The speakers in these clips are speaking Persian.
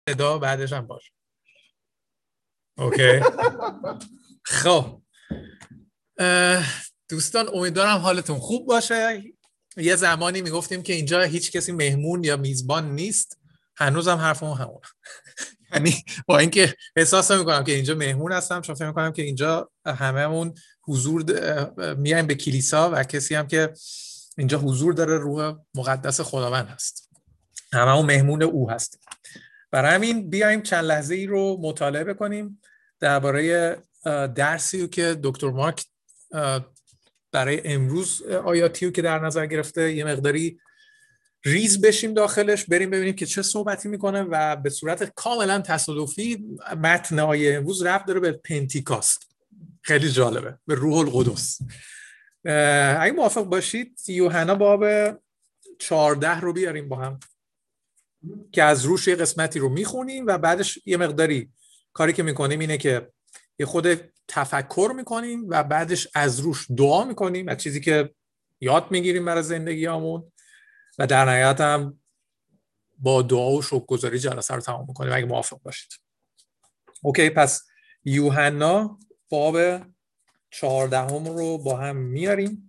صدا بعدش هم باشه. اوکی. خب دوستان امیدوارم حالتون خوب باشه. یه زمانی میگفتیم که اینجا هیچ کسی مهمون یا میزبان نیست، هنوزم حرفمون همون. یعنی با اینکه احساس میکنم که اینجا مهمون هستم، چون فکر میکنم که اینجا هممون حضور میایم به کلیسا و کسی هم که اینجا حضور داره روح مقدس خداوند هست، هممون مهمون او هستیم. برای همین بیایم چند لحظه ای رو مطالعه بکنیم درباره درسی که دکتر مارک برای امروز آیاتی که در نظر گرفته یه مقداری ریز بشیم داخلش، بریم ببینیم که چه صحبتی میکنه و به صورت کاملا تصادفی متن آیه امروز ربط داره به پنتیکاست. خیلی جالبه، به روح القدس. اگه موافق باشید یوحنا باب 14 رو بیاریم با هم که از روش یه قسمتی رو میخونیم و بعدش یه مقداری کاری که میکنیم اینه که یه خود تفکر میکنیم و بعدش از روش دعا میکنیم از چیزی که یاد میگیریم برای زندگیامون و در نهایت هم با دعا و شکرگزاری جلسه رو تمام میکنیم اگه موافق باشید. اوکی، پس یوحنا باب 14 رو با هم میاریم.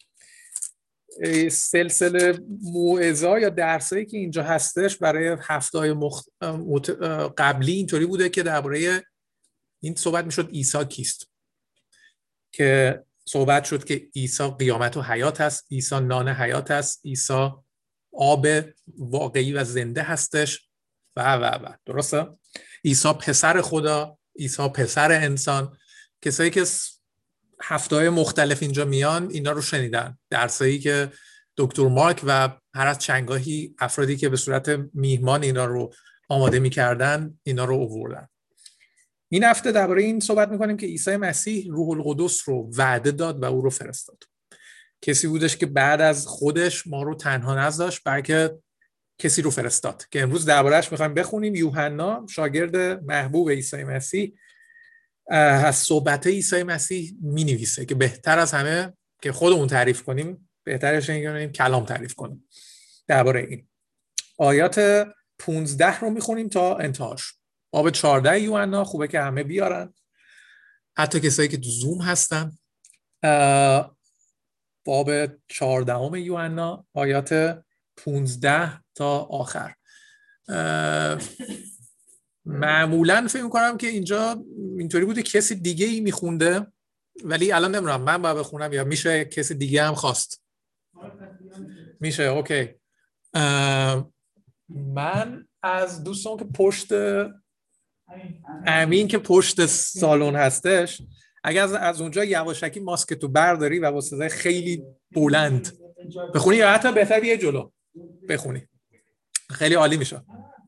سلسله موعظه یا درسایی که اینجا هستش برای هفته‌های قبلی اینطوری بوده که درباره این صحبت میشد عیسی کیست، که صحبت شد که عیسی قیامت و حیات هست، عیسی نان حیات هست، عیسی آب واقعی و زنده هستش و درسته؟ عیسی پسر خدا، عیسی پسر انسان. کسایی که هفته‌های مختلف اینجا میان اینا رو شنیدن، درسایی که دکتر مارک و هر از چندگاهی افرادی که به صورت میهمان اینا رو آماده میکردن اینا رو آوردن. این هفته درباره این صحبت میکنیم که عیسی مسیح روح القدس رو وعده داد و او رو فرستاد. کسی بودش که بعد از خودش ما رو تنها نذاشت بلکه کسی رو فرستاد که امروز درباره‌اش میخوایم بخونیم. یوحنا شاگرد محبوب عیسی مسیح از صحبت عیسی مسیح می‌نویسه که بهتر از همه که خودمون تعریف کنیم، بهترش اینه که کلام تعریف کنیم. درباره این آیات 15 رو میخونیم تا انتهاش. باب 14 یوحنا خوبه که همه بیارن، حتی کسایی که تو زوم هستن. باب 14 یوحنا آیات 15 تا آخر. معمولاً فکر می‌کنم که اینجا اینطوری بوده کسی دیگه ای میخونده، ولی الان نمیدونم من باید بخونم یا میشه کسی دیگه هم خواست. میشه. اوکی. من از دوستان که پشت امین که پشت سالن هستش، اگر از اونجا یواشکی ماسک تو برداری و با صدای خیلی بلند بخونی یا حتی بهتر بیای جلو بخونی خیلی عالی میشه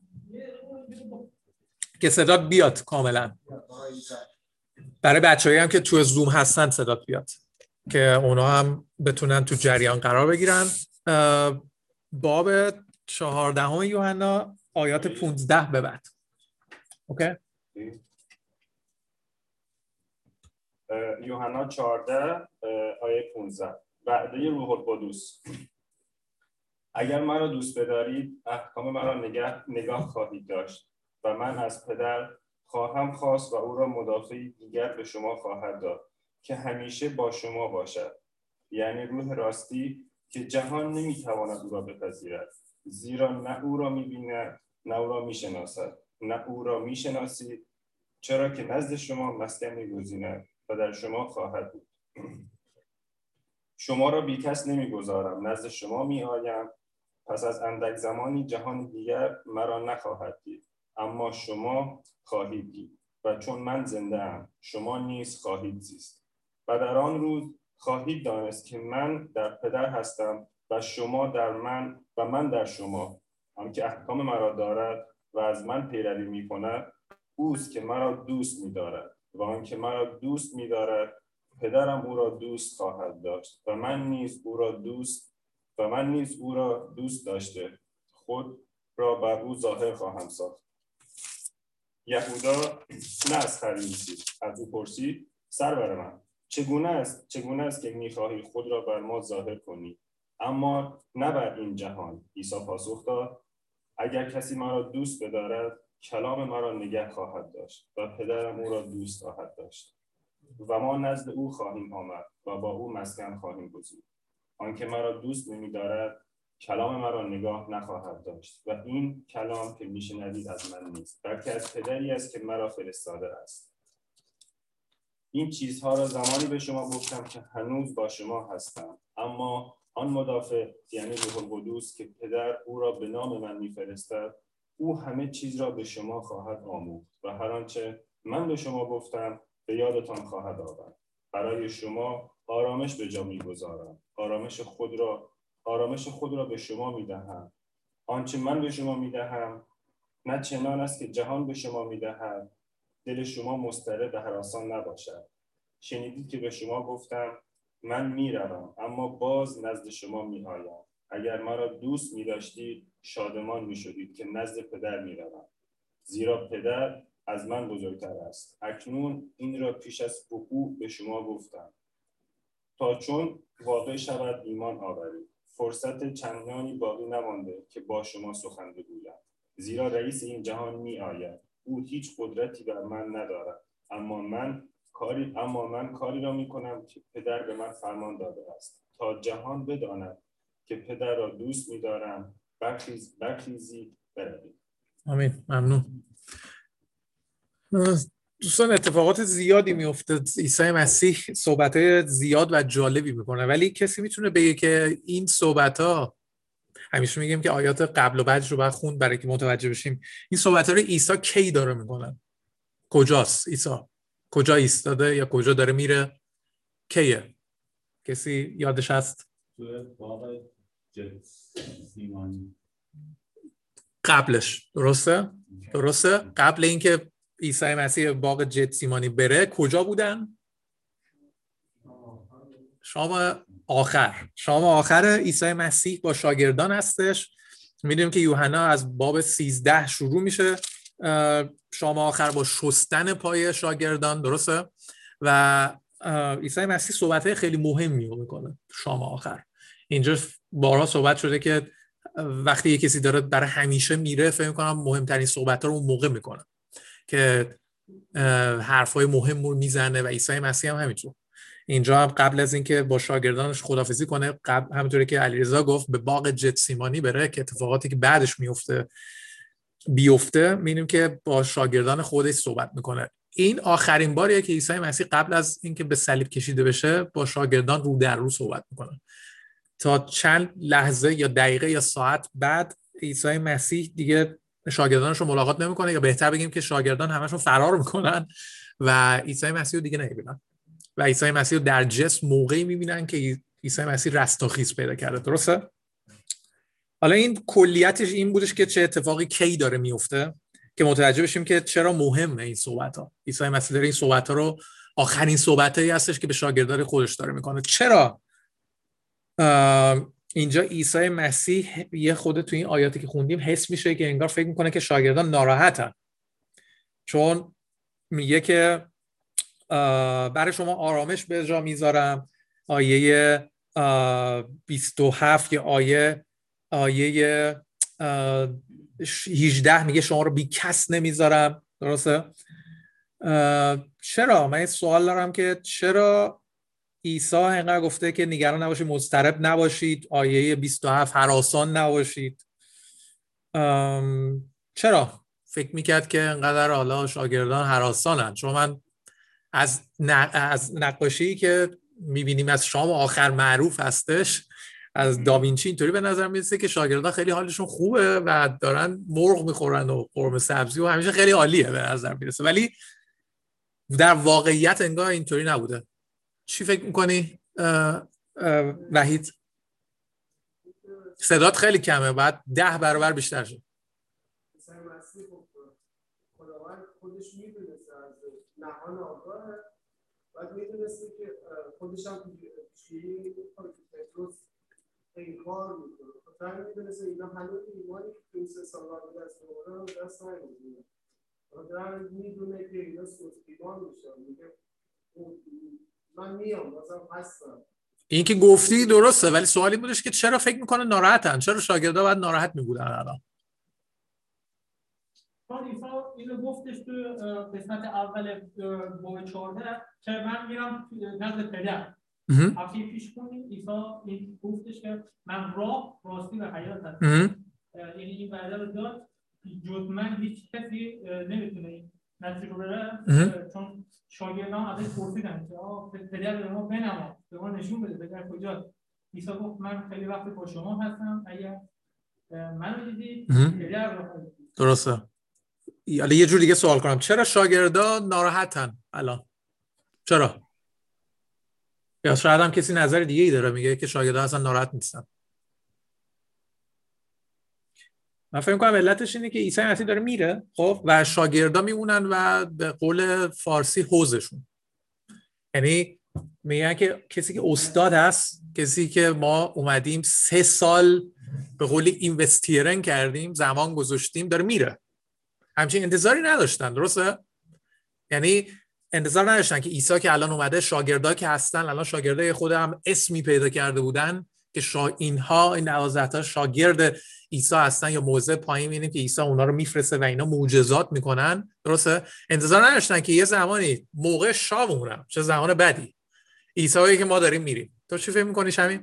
که صدات بیاد کاملا، برای بچه‌هایی هم که تو زوم هستن صدات بیاد که اونا هم بتونن تو جریان قرار بگیرن. باب 14 یوحنا آیات 15 به بعد. اوکی. یوحنا 14 آیه 15 وعده روح القدس. اگر مرا دوست بدارید احکام مرا نگاه خواهید داشت و من از پدر خواهم خواست و او را مدافعی دیگر به شما خواهد داد که همیشه با شما باشد، یعنی روح راستی که جهان نمیتواند او را بپذیرد، زیرا نه او را میبیند نه او را میشناسد، نه او را میشناسید، چرا که نزد شما مسکن میگزیند و در شما خواهد بود. شما را بی کس نمیگذارم، نزد شما میآیم. پس از اندک زمانی جهان دیگر مرا نخواهد دید، اما شما خواهید دید و چون من زنده ام شما نیز خواهید زیست. و در آن روز خواهید دانست که من در پدر هستم و شما در من و من در شما. هم که احکام مرا دارد و از من پیروی می‌کند اوست که مرا دوست می‌دارد و آن که مرا دوست می‌دارد پدرم او را دوست خواهد داشت و من نیز او را دوست داشته خود را بر او ظاهر خواهم ساخت. یهودا نه از خریدی از او پرسید سرور من چگونه است که می‌خواهی خود را بر ما ظاهر کنی، اما نه بر این جهان. عیسی پاسخ داد اگر کسی مرا دوست بدارد کلام مرا نگه خواهد داشت و پدرم او را دوست خواهد داشت و ما نزد او خواهیم آمد و با او مسکن خواهیم گزید. آنکه مرا دوست نمی‌دارد کلام مرا نگاه نخواهد داشت و این کلام که میشنوید از من نیست، بلکه از پدری است که مرا فرستاده است. این چیزها را زمانی به شما گفتم که هنوز با شما هستم، اما آن مدافع یعنی روح القدوس که پدر او را به نام من میفرستد، او همه چیز را به شما خواهد آموخت و هر آنچه من به شما گفتم به یادتان خواهد آورد. برای شما آرامش به جا میگذارم، آرامش خود را به شما میدهم. آنچه من به شما میدهم نه چنان است که جهان به شما میدهد. دل شما مضطرب و هراسان نباشد. شنیدید که به شما گفتم من میروم اما باز نزد شما میآیم. اگر مرا دوست می‌داشتید شادمان می‌شدید که نزد پدر میروم، زیرا پدر از من بزرگتر است. اکنون این را پیش از وقوع به شما گفتم تا چون واقع شود ایمان آورید. فرصت چندانی باقی نمانده که با شما سخن بگویم، زیرا رئیس این جهان میآید. او هیچ قدرتی بر من ندارد، اما من کاری را میکنم که پدر به من فرمان داده است، تا جهان بداند که پدر را دوست می‌دارم. برخیزید بروید. آمین. ممنون. دوستان اتفاقات زیادی میفته. عیسی مسیح صحبت‌های زیاد و جالبی میکنه، ولی کسی میتونه بگه که این صحبت‌ها، همیشه میگیم که آیات قبل و بعدش رو باید خوند برای که متوجه بشیم، این صحبت‌ها رو عیسی کی داره میکنه؟ کجاست عیسی؟ کجا ایستاده یا کجا داره میره؟ کیه؟ کسی یادش هست؟ قبلش. درسته؟ قبل اینکه عیسی مسیح باغ جتسیمانی بره کجا بودن؟ شام آخر عیسی مسیح با شاگردان هستش. میدونیم که یوحنا از باب 13 شروع میشه شام آخر با شستن پای شاگردان، درسته؟ و عیسی مسیح صحبت‌های خیلی مهمی رو میکنه شام آخر. اینجا بارها صحبت شده که وقتی یک کسی داره برای همیشه میره، فکر می‌کنم مهمترین صحبت‌ها رو اون موقع میکنه که حرفای مهم رو میزنه و عیسی مسیح هم همینطور. اینجا هم قبل از اینکه با شاگردانش خداحافظی کنه، همونطوری که علیرضا گفت به باغ جتسیمانی بره که اتفاقاتی که بعدش بیفته می‌بینیم که با شاگردان خودش صحبت میکنه. این آخرین باریه که عیسی مسیح قبل از اینکه به صلیب کشیده بشه با شاگردان رو در رو صحبت میکنه. تا چند لحظه یا دقیقه یا ساعت بعد عیسی مسیح دیگه شاگردانش رو ملاقات نمیکنه، یا بهتر بگیم که شاگردان همشون فرار میکنن و عیسی مسیح رو دیگه نمیبینن و عیسی مسیح رو در جسم موقعی میبینن که عیسی مسیح رستاخیز پیدا کرده. درسته؟ حالا این کلیتش این بودش که چه اتفاقی کی داره میفته که متوجه بشیم که چرا مهمه این صحبت‌ها. عیسی مسیح داره این صحبت‌ها رو، آخرین صحبتایی هستش که به شاگردان خودش داره میکنه. چرا اینجا عیسی مسیح یه خود تو این آیاتی که خوندیم حس میشه که انگار فکر میکنه که شاگردان ناراحتن، چون میگه که برای شما آرامش به جا میذارم. آیه 27 یا آیه 18 میگه شما رو بی کس نمیذارم. درسته؟ چرا؟ من این سوال دارم که چرا عیسی اینقدر گفته که نگران نباشید، مضطرب نباشید، آیه 27 هراسان نباشید؟ چرا فکر میکرد که اینقدر حالا شاگردان هراسانن؟ چون من از نقاشی که میبینیم از شام آخر معروف هستش از داوینچی، اینطوری به نظر میرسه که شاگردان خیلی حالشون خوبه و دارن مرغ میخورن و قرمه سبزی و همیشه خیلی عالیه به نظر میرسه، ولی در واقعیت انگار اینطوری نبوده. چی فکر میکنی وحید؟ صدات خیلی کمه، باید 10 برابر بیشتر شد. خداوند خودش میدونسته، از نهان آگاهه، باید میدونسته که خودش هم چی پتروس انکار میکنه. خداوند میدونسته اینا هنوز ایمانی که تو این 3 سال بعد دست می‌آوردن رو دست نمی‌آوردن. خداوند میدونه که اینا سوءاستفاده میشن، میگه من میام بازم هستم. این که گفتی درسته، ولی سوالی بودش که چرا فکر میکنه ناراحتن؟ چرا شاگردا باید ناراحت میبودن الان؟ چون عیسی اینو گفتش تو قسمت اول باب 14 که من میرم نزد پدر. هفته پیش کنیم عیسی این گفتش که من راه، راستی و حیات هستم. یعنی این وعده رو داد جز من هیچ کسی نمیتونه مسیر رو بره، چون شاگردان ازش پرسیدن که پدر به ما بنما، به ما نشون بده پدر کجاست. عیسی گفت من خیلی وقت با شما هستم، اگر منو دیدید پدر رو خواهید دید. درسته. حالا یه جور دیگه سوال کنم، چرا شاگردان ناراحتن الان؟ چرا؟ یا شاید هم کسی نظر دیگه ای داره میگه که شاگردان اصلا ناراحت نیستن. من فکر می‌کنم علتش اینه که عیسی مسیح داره میره، خب، و شاگردا میمونن و به قول فارسی حوزشون. یعنی میگن که کسی که استاد هست، کسی که ما اومدیم 3 سال به قولی اینوستیرن کردیم، زمان گذاشتیم، داره میره. همچین انتظاری نداشتن، درسته؟ یعنی انتظار نداشتن که عیسی که الان اومده، شاگردا که هستن الان شاگردای خودم اسمی پیدا کرده بودن که اینها این 12 تا شاگرد عیسی هستن، یا موضع پایین می‌بینیم که عیسی اونا رو میفرسته و اینا معجزات میکنن، درسته؟ انتظار نداشتن که یه زمانی موقع شام اونم چه زمان بدی عیسایی که ما داریم میریم. تو چی فکر می‌کنی شمی؟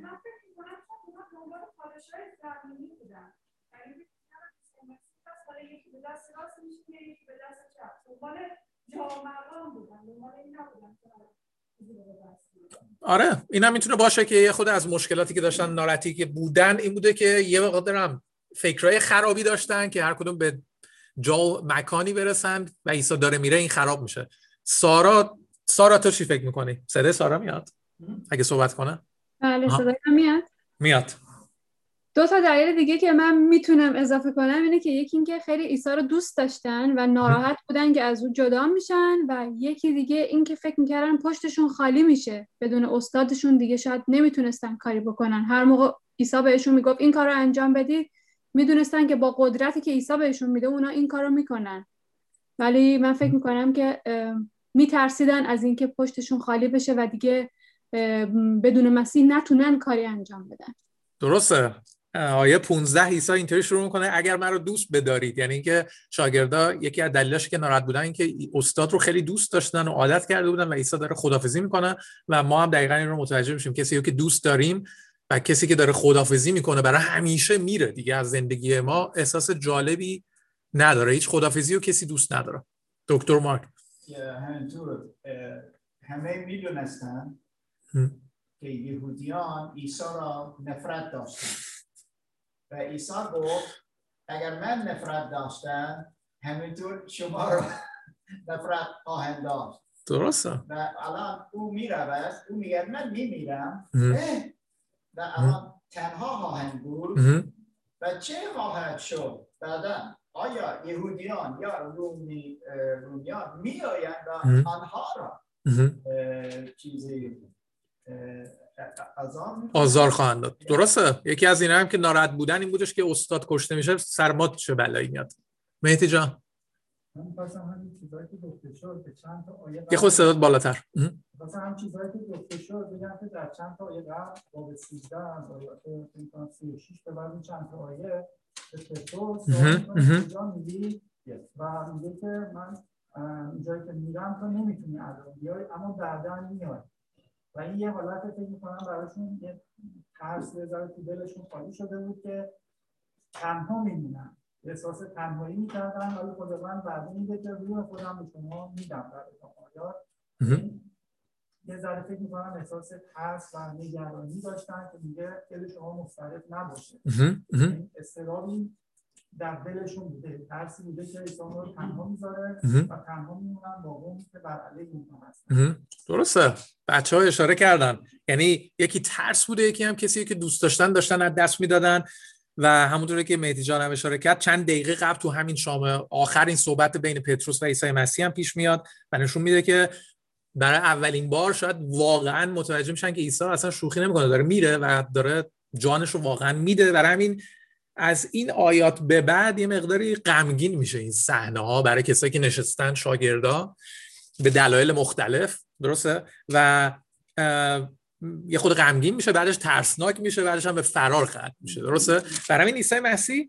آره اینا میتونه باشه که یه خود از مشکلاتی که داشتن، ناراحتی که بودن این بوده که یه مقدار هم فکرای خرابی داشتن که هر کدوم به جا مکانی برسن و عیسی داره میره این خراب میشه. سارا تو چی فکر میکنی؟ صدای سارا میاد اگه صحبت کنه؟ بله صدای میاد. 2 تا دلیل دیگه که من میتونم اضافه کنم اینه که یکی این که خیلی عیسی رو دوست داشتن و ناراحت بودن که از اون جدا میشن، و یکی دیگه این که فکر میکردن پشتشون خالی میشه، بدون استادشون دیگه شاید نمیتونستن کاری بکنن. هر موقع عیسی بهشون میگفت این کار رو انجام بدید، میدونستن که با قدرتی که عیسی بهشون میده اونا این کار رو میکنن، ولی من فکر میکنم که میترسیدن از این که پشتشون خالی بشه و دیگه بدون مسیح نتونن کاری انجام بدن. درسته. آیه 15 عیسی اینطوری شروع میکنه اگر من رو دوست بدارید، یعنی اینکه شاگردا یکی از دلایلش که ناراحت بودن این که استاد رو خیلی دوست داشتن و عادت کرده بودن و عیسی داره خداحافظی میکنه و ما هم دقیقاً این رو متوجه میشیم، کسی که دوست داریم و کسی که داره خداحافظی میکنه برای همیشه میره دیگه از زندگی ما، احساس جالبی نداره، هیچ خداحافظی رو کسی دوست نداره. دکتر مارک همینطور همه میدونستن که یهودیان عیسی را نفرت داشتن و عیسی گفت اگر من نفرت داشتم همینطور شما را نفرت خواهند داشت. درسته. و الان او میرود، او میگه من میمیرم و الان تنها خواهند بود و چه خواهد شد بعدا؟ آیا یهودیان یا رومیان میآیند و آنها را چیزی آزار خواهند داد؟ درسته. یکی از اینا هم که ناراحت بودن این بودش که استاد کشته میشه، سرمات چه بلایی میاد. مهدی جان من می‌خواستم همین چیزایی که گفته شد که چند تا آیه یه خود صدات بالاتر. مثلا هم چیزایی که گفته شد بگم که در چند تا آیه قبل باب 13 از آیات 36 به بعد چند تا آیه به پتروس کجا میگی و میگه که من جایی که میرم تو نمیتونی الان بیای اما بعداً میای، و این یه حالت فکر می‌کنم براشون یه ترس ذره تو دلشون خالی شده بود که تنها میمونن، احساس تنهایی میکردن. ولی خداوند وعده میده که روح خودم به شما میدم در آیات. یه ذره فکر می‌کنم احساس ترس و نگرانی داشتن که میگه دل شما مضطرب نباشه. اضطرابی در دلشون بوده، ترسی بوده که عیسی رو تنها میذاره و تنها میمونن با اون که بر علیه اونها هستن. درسته. بچه‌ها اشاره کردن، یعنی یکی ترس بوده، یکی هم کسی که دوست داشتن از دست میدادن. و همونطوری که مهدی جان هم اشاره کرد چند دقیقه قبل تو همین شام آخر این صحبت بین پتروس و عیسی مسیح هم پیش میاد و نشون میده که برای اولین بار شاید واقعا متوجه میشن که عیسی اصلا شوخی نمیکنه، داره میره و داره جانش رو واقعا میده. برای همین از این آیات به بعد یه مقداری غمگین میشه این صحنه ها برای کسایی که نشستن، شاگردا، به دلایل مختلف. درسته. و یه خود غمگین میشه، بعدش ترسناک میشه، بعدش هم به فرار ختم میشه. درسته. برای همین عیسی مسیح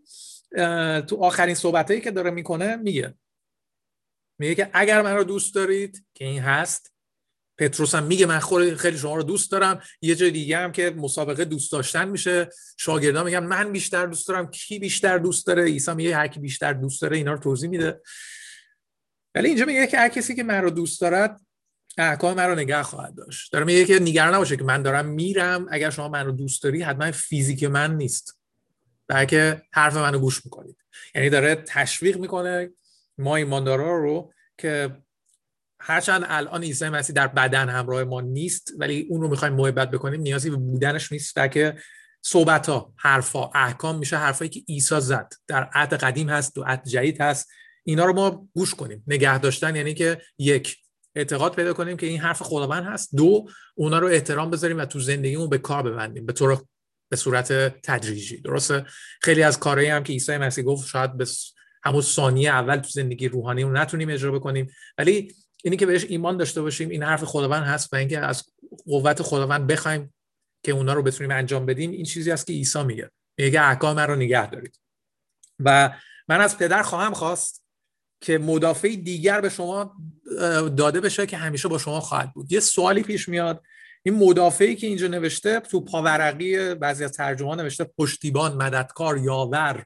تو آخرین صحبتایی که داره میکنه میگه که اگر من رو دوست دارید که این هست، پتروس هم میگه من خیلی شما رو دوست دارم. یه جای دیگه هم که مسابقه دوست داشتن میشه، شاگردان میگن من بیشتر دوست دارم، کی بیشتر دوست داره؟ عیسی میگه هر کی بیشتر دوست داره. اینا رو توضیح میده. ولی اینجا میگه که هر کسی که من رو دوست دارد احکام من رو نگه خواهد داشت. داره میگه که نگران نباشه که من دارم میرم، اگر شما من رو دوست داری حتما فیزیک من نیست، بلکه حرف منو گوش میکنید. یعنی داره تشویق میکنه ما ایماندارا رو که هرچند الان عیسی مسیح در بدن همراه ما نیست، ولی اون رو میخوایم محبت بکنیم، نیازی به بودنش نیست، بلکه صحبت‌ها، حرفا، احکام میشه حرفایی که عیسی زد، در عهد قدیم هست، تو عهد جدید هست. اینا رو ما گوش کنیم. نگه داشتن یعنی که یک، اعتقاد پیدا کنیم که این حرف خداوند هست. دو، اونا رو احترام بذاریم و تو زندگیمون به کار ببندیم به صورت تدریجی. درسته؟ خیلی از کارهایی هم که عیسی مسیح گفت شاید به همون ثانیه اول تو زندگی روحانی رو نتونیم اجرا بکنیم، ولی اینی که بهش ایمان داشته باشیم این حرف خداوند هست و اینکه از قوت خداوند بخوایم که اونا رو بتونیم انجام بدیم، این چیزی است که عیسی میگه احکام من رو نگه دارید. و من از پدر خواهم خواست که مدافعی دیگر به شما داده بشه که همیشه با شما خواهد بود. یه سوالی پیش میاد، این مدافعی که اینجا نوشته تو پاورقی بعضی از ترجمه‌ها نوشته پشتیبان، مددکار، یاور.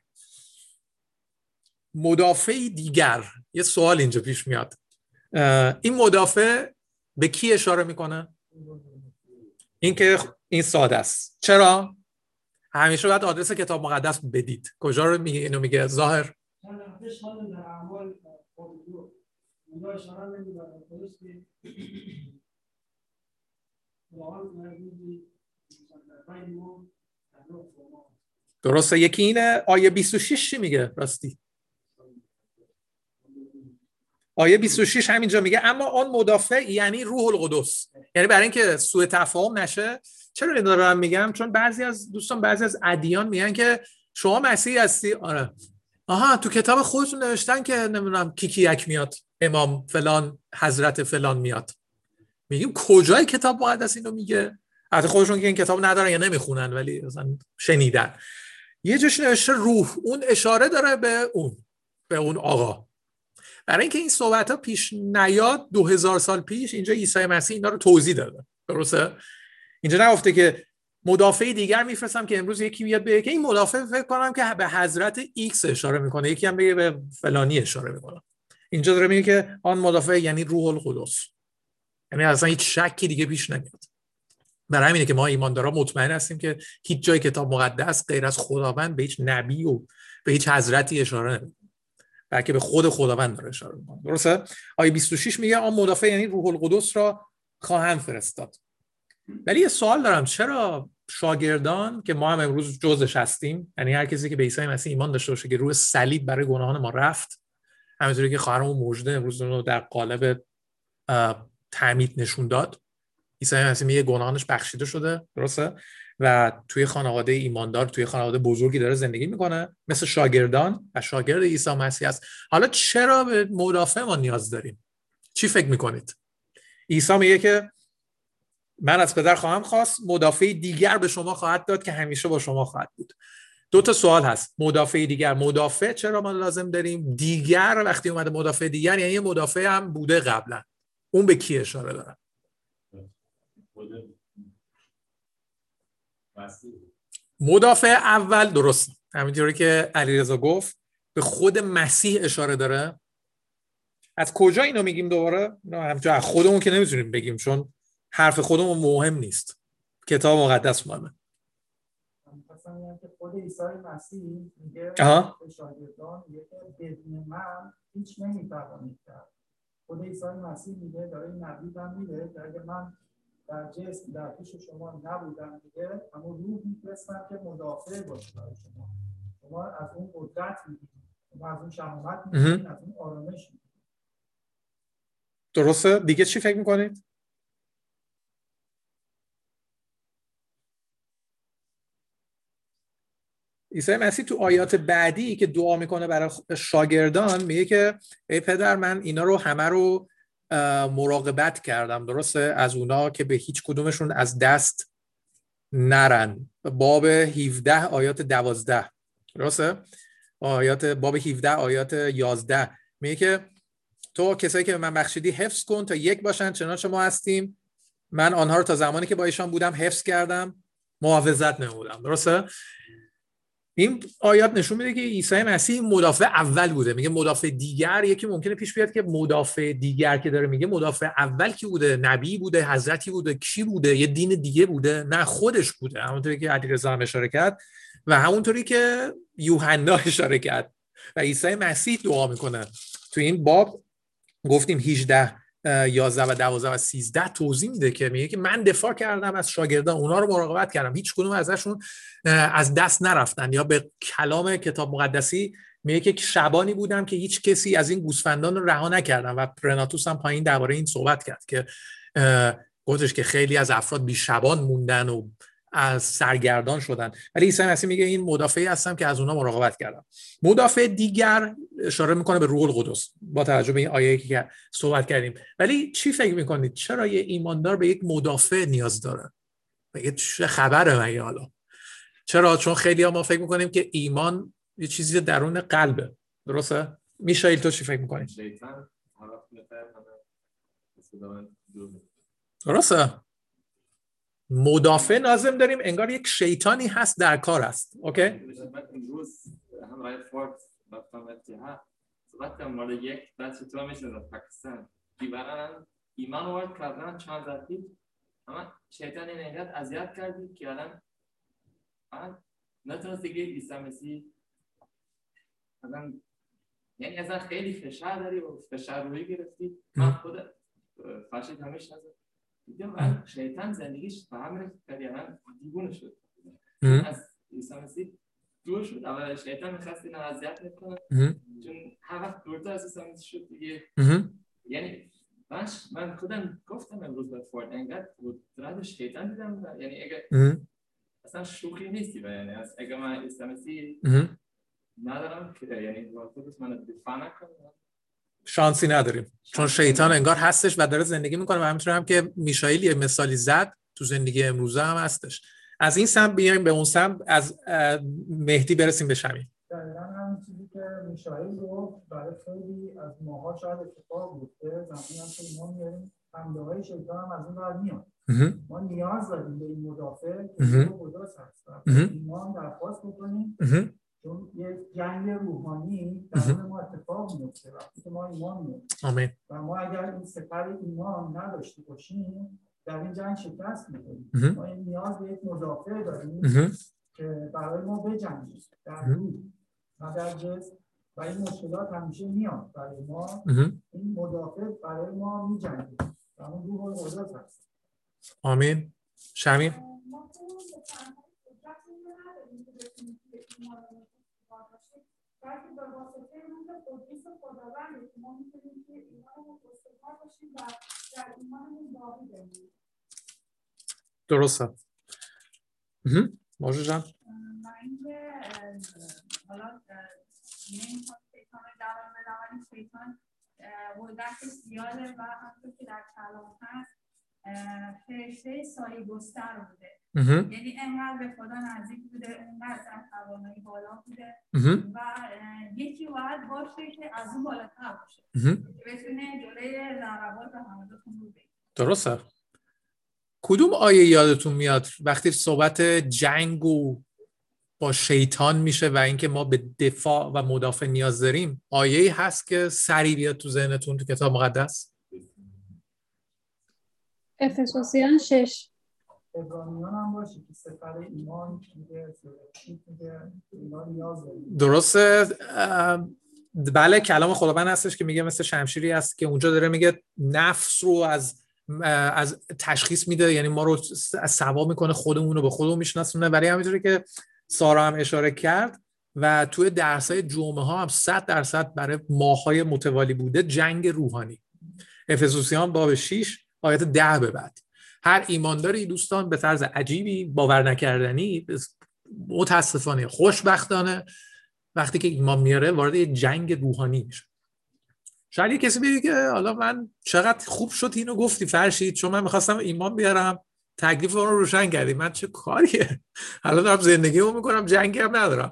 مدافعی دیگر، یه سوال اینجا پیش میاد، این مدافع به کی اشاره میکنه؟ این که این ساده است. چرا؟ همیشه باید آدرس کتاب مقدس بدید. کجا رو میگه؟ اینو میگه ظاهر درسته. یکی اینه. آیه 26 چی میگه راستی؟ آیه 26 همینجا میگه اما آن مدافع یعنی روح القدس. یعنی برای اینکه سوء تفاهم نشه، چرا این دارم میگم؟ چون بعضی از دوستان بعضی از ادیان میگن که شما مسیحی هستی. آره. آها، تو کتاب خودتون نوشتن که نمیدونم کی یک میاد، امام فلان، حضرت فلان میاد. میگیم کجای کتاب مقدس اینو میگه؟ حتی خودشون که این کتاب ندارن یا نمیخونن ولی مثلا شنیدن. یه جاش نوشته روح، اون اشاره داره به اون آقا. برای اینکه این صحبت‌ها پیش نیاد 2000 سال پیش اینجا عیسی مسیح اینا رو توضیح داده. درسته؟ اینجا نگفته که مدافع دیگر میفرستم که امروز یکی بیاد بگه که این مدافع فکر کنم که به حضرت ایکس اشاره میکنه، یکی هم بگه به فلانی اشاره میکنه. اینجا داره میگه که آن مدافع یعنی روح القدس. یعنی اصلا هیچ شکی دیگه پیش نمیاد. برای همینه که ما ایماندارا مطمئن هستیم که هیچ جای کتاب مقدس غیر از خداوند به هیچ نبی و به هیچ حضرتی اشاره نمیکنه، بلکه به خود خداوند داره اشاره میکنه. درسته؟ آیه 26 میگه آن مدافع یعنی روح القدس را خواهم فرستاد. ولی یه سوال دارم، چرا شاگردان که ما هم امروز جزش هستیم، یعنی هر کسی که به عیسی مسیح ایمان داشته باشه که روی صلیب برای گناهان ما رفت، همونطوری که خواهرمون مژده امروز رو در قالب تعمید نشون داد، عیسی مسیح میگه گناهانش بخشیده شده. درسته؟ و توی خانواده ایماندار، توی خانواده بزرگی داره زندگی میکنه، مثل شاگردان و شاگرد عیسی مسیح است. حالا چرا به مدافع ما نیاز داریم؟ چی فکر میکنید؟ عیسی میگه که من از پدر خواهم خواست، مدافع دیگر به شما خواهد داد که همیشه با شما خواهد بود. دو تا سوال هست. مدافع دیگر، مدافع چرا ما لازم داریم؟ دیگر وقتی اومده مدافع دیگر یعنی یه مدافع هم بوده قبلا. اون به کی اشاره داره؟ مدافع اول درست، همینجوری که علیرضا گفت به خود مسیح اشاره داره. از کجا اینو میگیم دوباره؟ همینجوری از خودمون که نمیتونیم بگیم چون حرف خودمون مهم نیست، کتاب مقدس مهمه. مثلا که خود عیسی مسیح میگه به شاگردان میگه که بدون من هیچ نمیتوانید کرد. خود عیسی مسیح میگه داره این نبی هم میگه که اگه من در جسم در پیش شما نبودم دیگه اما روح میفرستم که مدافع باشه برای شما. شما از اون قدرت میگید، شما از اون شهامت میگید، از اون آرامش میگید. درسته؟ دیگه چی فکر میکنید؟ عیسی مسیح تو آیات بعدی که دعا میکنه برای شاگردان میگه که ای پدر من اینا رو همه رو مراقبت کردم، درسته؟ از اونا که به هیچ کدومشون از دست نرن. باب 17 آیات 12. درسته؟ آیات باب 17 آیات 11 میگه که تو کسایی که به من بخشیدی حفظ کن تا یک باشن چنانچه ما هستیم. من آنها رو تا زمانی که با ایشان بودم حفظ کردم، محافظت نمودم. درسته؟ این آیات نشون میده که عیسی مسیح مدافع اول بوده. میگه مدافع دیگر، یکی ممکنه پیش بیاد که مدافع دیگر که داره میگه مدافع اول کی بوده؟ نبی بوده، حضرتی بوده، کی بوده؟ یه دین دیگه بوده؟ نه، خودش بوده، همونطوری که علیرضا هم اشاره کرد و همونطوری که یوحنا اشاره کرد. و عیسی مسیح دعا میکنه تو این باب، گفتیم 18 11 و 12 و 13 توضیح میده که میگه که من دفاع کردم از شاگردان، اونا رو مراقبت کردم، هیچ کدوم ازشون از دست نرفتن. یا به کلام کتاب مقدسی میگه که شبانی بودم که هیچ کسی از این گوسفندان رو رها نکردم. و پرناتوس هم پایین درباره این صحبت کرد که گفتش که خیلی از افراد بی شبان موندن و از سرگردان شدن، ولی عیسی مسیح میگه این مدافعی هستم که از اونها مراقبت کردم. مدافع دیگر اشاره میکنه به روح القدس با توجه به این آیه‌ای که صحبت کردیم. ولی چی فکر میکنید چرا یه ایماندار به یک مدافع نیاز داره؟ مگه چه خبره مگه حالا؟ چرا؟ چون خیلی ها ما فکر میکنیم که ایمان یه چیزی درون قلبه. درسته؟ میشایل تو چی فکر میکنی؟ شیطان درسته؟ مدافع لازم داریم، انگار یک شیطانی هست در کار است. اوکی؟ امروز همراه فورد رفتم اتحاد صحبت مال یک بچه تو میشه در پاکستان دیوارن ایمان وارد کردن چند زدی اما شیطان این اینقدر اذیت کردی که الان نتونست دیگه عیسی مسیح الان یعنی ازن خیلی فشار داری و فشار روی گرفتی. من خود فرشید همیشه دیدم من شیطان زندگیش به همین کردن دیوونه شد. از عیسی مسیح دور شد. اول شیطان می‌خواست اینو اذیت کنه چون هر وقت دورتر از عیسی مسیح شد دیگه. یعنی من خودم گفتم امروز به فورد انقدر قدرت شیطان دیدم، یعنی اگه اصلا شوخی نیستی، یعنی اگه من عیسی مسیح ندارم که یعنی خودش من دفاع نکنم شانسی نداریم، چون شیطان انگار هستش و داره زندگی میکنه. و همینطور هم که میشائیل یه مثالی زد تو زندگی امروزه هم هستش. از این سمت بیایم به اون سمت، از مهدی برسیم به شمیم. دقیقاً همین چیزی که میشائیل گفت برای خیلی از ماها شاید اتفاق بیفته. زمانی هم که ما میاریم حمله‌های شیطان هم از این ور میاد. ما نیاز داریم به این مدافع که قدرت هست. ایمان درخواست بکنیم چون یه جنگ روحانی در ما اتفاق میفته وقتی که ما ایمان میاریم. آمین. و ما اگر این سپر ایمان نداشته باشیم در این جنگ شکست می‌خوریم. ما نیاز به یک مدافع داریم که برای ما بجنگه در روح و در جسم و این مشکلات همیشه میاد برای ما. این مدافع برای ما میجنگه و اون روح القدس هست. آمین. شمیم. وقتی به واسطه روح قدوس خداوند ما میتونیم که ایمانمون استوار باشیم و در ایمانمون باقی بمونیم. درسته. ماجد جان. من اینکه حالا نمیخوام شیطان رو جواب بدم، ولی شیطان قدرت زیاده و همونطور که در کلام هست فرشته سایه گستر بوده. یعنی انقدر به خدا نزدیک بوده، انقدر در توانایی بالا بوده و یکی باید باشه که از اون بالاتر باشه که بتونه جلوی ضربات و حملاتون رو بگیره. درسته. کدوم آیه یادتون میاد وقتی صحبت جنگ و با شیطان میشه و اینکه ما به دفاع و مدافع نیاز داریم؟ آیه‌ای هست که سریع بیاد تو ذهنتون تو کتاب مقدس؟ افسوسیان 6. ابراهیمیان هم باشه که سفر ایمان میگه اینا نیاز داریم. درسته. بله، کلام خداوند هستش که میگه مثل شمشیری هست که اونجا داره میگه نفس رو از تشخیص میده، یعنی ما رو سوا میکنه، خودمون رو به خودمون میشناسونه. ولی همینطوری که سارا هم اشاره کرد و توی درسای جمعه ها هم 100% برای ماهای متوالی بوده جنگ روحانی. افسوسیان باب 6 آیت 10 به بعد. هر ایمانداری دوستان به طرز عجیبی، باور نکردنی، متاسفانه خوشبختانه، وقتی که ایمان میاره وارد یه جنگ روحانی میشه. شاید یه کسی بگه که حالا من چقدر خوب شد اینو گفتی فرشید، چون من میخواستم ایمان بیارم، تکلیف رو روشن کردی، من چه کاریه؟ حالا دارم زندگیمو میکنم، جنگی هم ندارم.